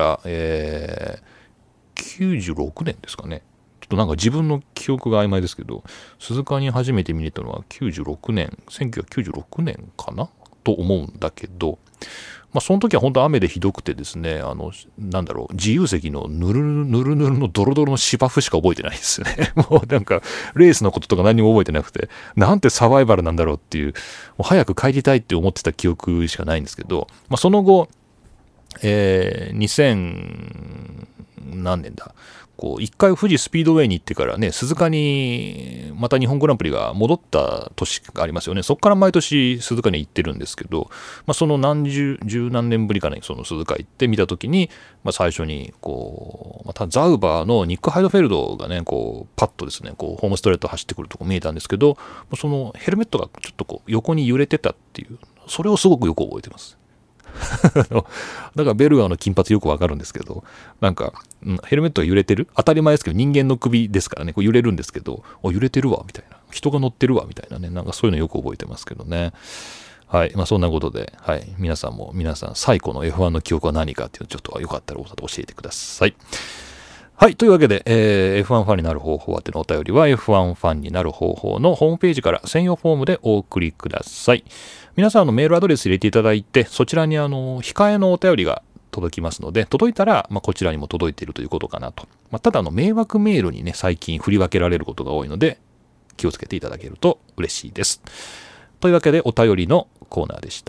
、96年ですかね。ちょっとなんか自分の記憶が曖昧ですけど、鈴鹿に初めて見れたのは1996年かなと思うんだけど、その時は本当雨でひどくてですね、自由席のぬるぬるのドロドロの芝生しか覚えてないですよね。もうなんか、レースのこととか何も覚えてなくて、なんてサバイバルなんだろうっていう、もう早く帰りたいって思ってた記憶しかないんですけど、その後、2000何年だ、一回富士スピードウェイに行ってからね、鈴鹿にまた日本グランプリが戻った年がありますよね。そこから毎年鈴鹿に行ってるんですけど、その十何年ぶりかね、その鈴鹿行って見たときに、最初にまたザウバーのニック・ハイドフェルドがね、パッとですね、ホームストレート走ってくるとこ見えたんですけど、そのヘルメットがちょっと横に揺れてたっていう、それをすごくよく覚えてます。だからベルガーの金髪よくわかるんですけど、なんか、ヘルメットが揺れてる、当たり前ですけど人間の首ですからね、揺れるんですけど、揺れてるわみたいな、人が乗ってるわみたいなね、なんかそういうのよく覚えてますけどね。はい、そんなことで、はい、皆さん最古の F1 の記憶は何かっていうのちょっとよかったら教えてください。はい。というわけで、F1 ファンになる方法はってのお便りは F1 ファンになる方法のホームページから専用フォームでお送りください。皆さんのメールアドレス入れていただいて、そちらに控えのお便りが届きますので、届いたら、こちらにも届いているということかなと。ただ迷惑メールにね、最近振り分けられることが多いので、 気をつけていただけると嬉しいです。というわけでお便りのコーナーでした。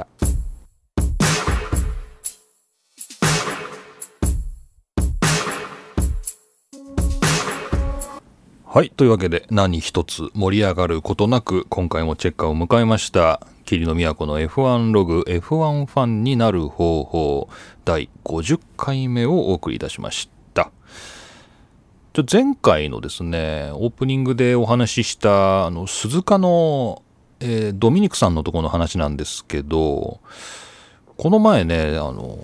はい。というわけで何一つ盛り上がることなく今回もチェッカーを迎えました。霧の都の F1 ログ F1 ファンになる方法第50回目をお送りいたしました。前回のですね、オープニングでお話しした鈴鹿の、ドミニクさんのところの話なんですけど、この前ね、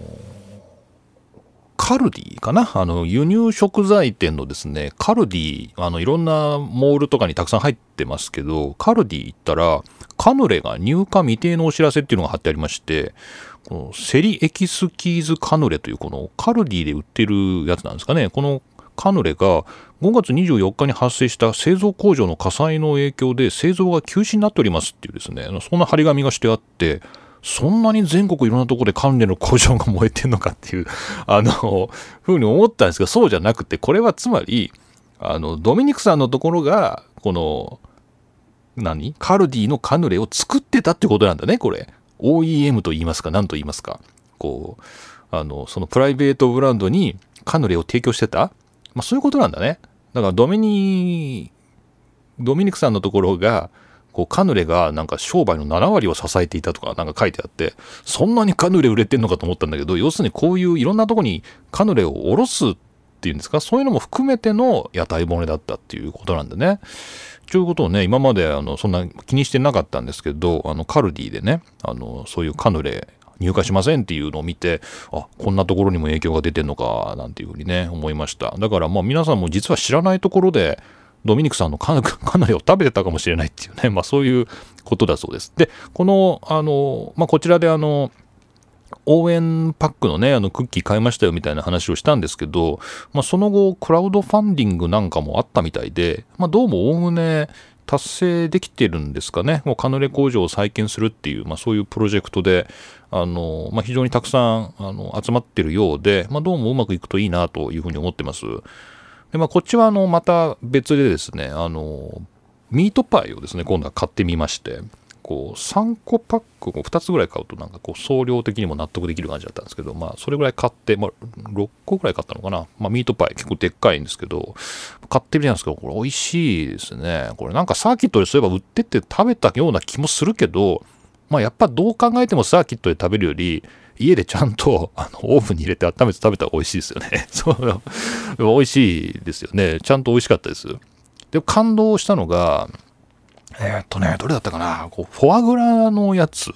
カルディかな、輸入食材店のですね、カルディ、いろんなモールとかにたくさん入ってますけど、カルディ行ったら、カヌレが入荷未定のお知らせっていうのが貼ってありまして、このセリエキスキーズカヌレというこのカルディで売ってるやつなんですかね。このカヌレが5月24日に発生した製造工場の火災の影響で製造が休止になっておりますっていうですね、そんな張り紙がしてあって、そんなに全国いろんなところでカヌレの工場が燃えてんのかっていう、ふうに思ったんですけど、そうじゃなくて、これはつまり、ドミニクさんのところが、この、カルディのカヌレを作ってたってことなんだね、これ。OEM と言いますか、何と言いますか。こう、そのプライベートブランドにカヌレを提供してた、まあそういうことなんだね。だからドミニクさんのところが、こうカヌレがなんか商売の7割を支えていたとかなんか書いてあって、そんなにカヌレ売れてんのかと思ったんだけど、要するにこういういろんなとこにカヌレを卸すっていうんですか、そういうのも含めての屋台骨だったっていうことなんでね。ということをね、今までそんな気にしてなかったんですけど、カルディでね、そういうカヌレ入荷しませんっていうのを見て、あ、こんなところにも影響が出てんのかなんていうふうにね思いました。だからまあ皆さんも実は知らないところでドミニクさんのカヌレを食べてたかもしれないっていうね、まあそういうことだそうです。で、このまあこちらで応援パックのね、クッキー買いましたよみたいな話をしたんですけど、まあその後クラウドファンディングなんかもあったみたいで、まあどうもおおむね達成できてるんですかね。もうカヌレ工場を再建するっていう、まあそういうプロジェクトで、まあ非常にたくさん集まってるようで、まあどうもうまくいくといいなというふうに思ってます。で、まあこっちはまた別でですね、ミートパイをですね、今度は買ってみまして、こう3個パックを2つぐらい買うとなんかこう総量的にも納得できる感じだったんですけど、まあそれぐらい買って、まあ6個ぐらい買ったのかな。まあミートパイ結構でっかいんですけど、買ってみたんですけど、これ美味しいですね。これなんかサーキットでそういえば売ってて食べたような気もするけど、まあやっぱどう考えてもサーキットで食べるより、家でちゃんとオーブンに入れて温めて食べたら美味しいですよね。そう、美味しいですよね。ちゃんと美味しかったです。で、感動したのが、どれだったかな、こうフォアグラのやつ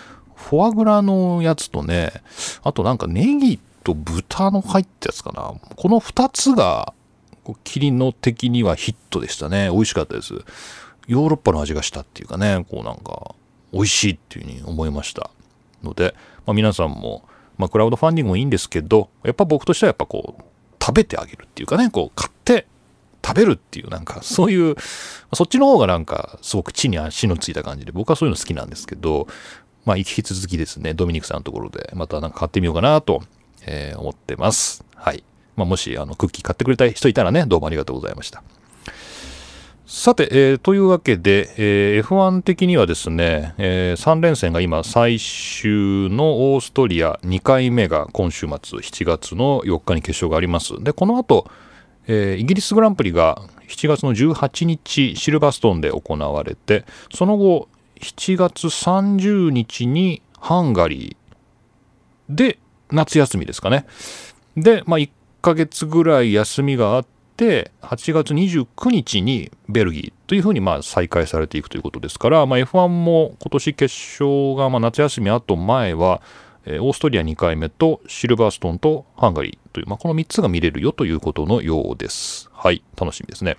とね、あとなんかネギと豚の入ったやつかな。この2つが、キリノ的にはヒットでしたね。美味しかったです。ヨーロッパの味がしたっていうかね、こうなんか、美味しいっていうふうに思いましたので、まあ、皆さんも、まあ、クラウドファンディングもいいんですけど、やっぱ僕としてはやっぱこう食べてあげるっていうかね、こう買って食べるっていうなんかそういうそっちの方がなんかすごく地に足のついた感じで僕はそういうの好きなんですけど、まあ引き続きですねドミニクさんのところでまたなんか買ってみようかなと、思ってます。はい。まあ、もしクッキー買ってくれた人いたらね、どうもありがとうございました。さて、というわけで、F1 的にはですね、3連戦が今最終のオーストリア2回目が今週末7月の4日に決勝があります。で、この後、イギリスグランプリが7月の18日シルバーストーンで行われて、その後7月30日にハンガリーで夏休みですかね。で、まあ1ヶ月ぐらい休みがあって、8月29日にベルギーというふうにまあ再開されていくということですから、まあ、F1 も今年決勝がまあ夏休み後前はオーストリア2回目とシルバーストーンとハンガリーという、まあ、この3つが見れるよということのようです。はい、楽しみですね。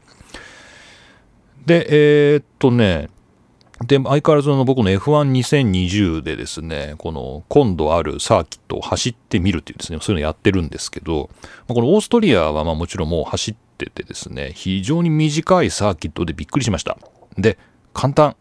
で、で、相変わらずの僕の F12020 でですね、この今度あるサーキットを走ってみるっていうですね、そういうのやってるんですけど、このオーストリアはまあもちろんもう走っててですね、非常に短いサーキットでびっくりしました。で、簡単。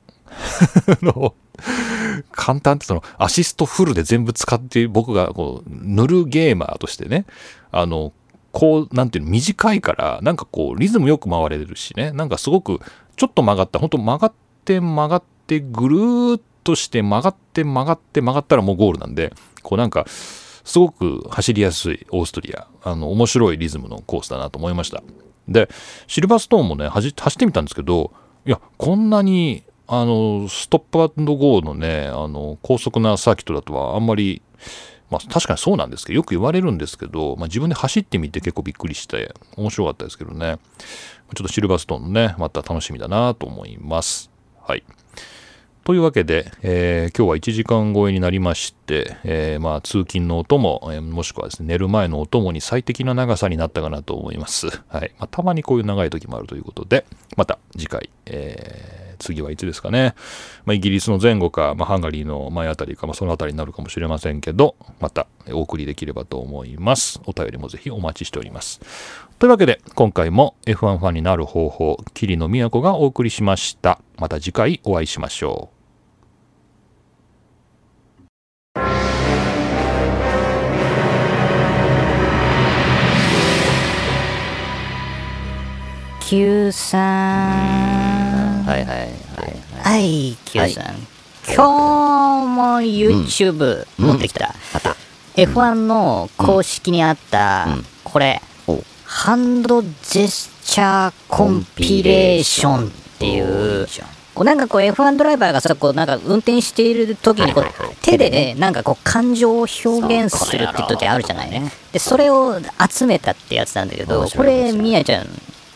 簡単ってアシストフルで全部使って僕がこう塗るゲーマーとしてね、 こうなんていうの短いからなんかこうリズムよく回れるしね、なんかすごくちょっと曲がった本当曲がってぐるーっとして曲がったらもうゴールなんで、こうなんかすごく走りやすいオーストリア、面白いリズムのコースだなと思いました。でシルバーストーンもね走ってみたんですけど、いやこんなにストップアンドゴーのね高速なサーキットだとはあんまり、まあ確かにそうなんですけど、よく言われるんですけど、まあ、自分で走ってみて結構びっくりして面白かったですけどね。ちょっとシルバーストーンのねまた楽しみだなと思います。はい。というわけで、今日は1時間超えになりまして、まあ通勤のお供、もしくはですね寝る前のお供に最適な長さになったかなと思います。はい。まあ、たまにこういう長い時もあるということで、また次回、次はいつですかね。まあ、イギリスの前後か、まあ、ハンガリーの前あたりか、まあ、そのあたりになるかもしれませんけど、またお送りできればと思います。お便りもぜひお待ちしております。というわけで、今回も F1 ファンになる方法、桐野都がお送りしました。また次回お会いしましょう。 Q さん。 はいはいはいはい、Q さん。今日も YouTube 持ってきた。F1 の公式にあった、これ、ハンドジェスチャーコンピレーションっていう、こうなんかこう F1 ドライバーがさ、こうなんか運転している時にこう手でね、なんかこう感情を表現するって時あるじゃないね。で、それを集めたってやつなんだけど、これ、みやちゃん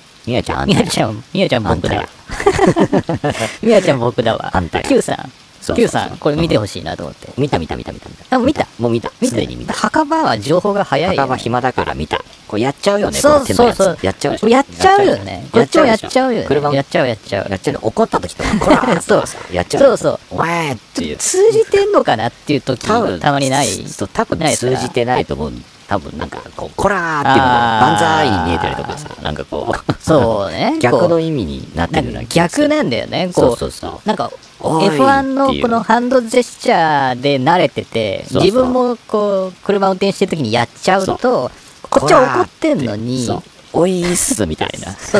僕だわ。みやちゃん僕だわ。Q さん、これ見てほしいなと思って。 見た。 あ、見た。 もう見た。すでに見た。 墓場は情報が早いよ、ね。 墓場暇だから見た。これやっちゃうよね。 そう。 やっちゃう。 やっちゃうよね。こっちもやっちゃうよね。 車やっちゃう。 やっちゃうの。怒った時とか、こらそう。 やっちゃう。 そう。 お前っていう。 通じてんのかなっていう時たまにない。 そう、多分通じてないと思う。多分なんかこう、こらーっていうのが万歳に見えてるとかさ、なんかこう、 そうね。 逆の意味になってるような気がする。 逆なんだよね。 そう。 なんか、F1 のこのハンドジェスチャーで慣れてて、自分もこう、車運転してる時にやっちゃうと、こっちは怒ってんのに、 おいっすみたいな。 そう。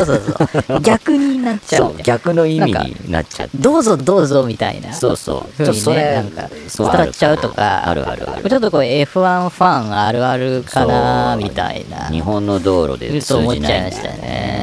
逆になっちゃう。 逆の意味になっちゃう。 どうぞみたいな。 そう。 ちょっとそれ、なんか、伝わっちゃうとか、 ある。 ちょっとこう F1 ファンあるあるかな、みたいな。 日本の道路で通じない。 と思っちゃいましたね。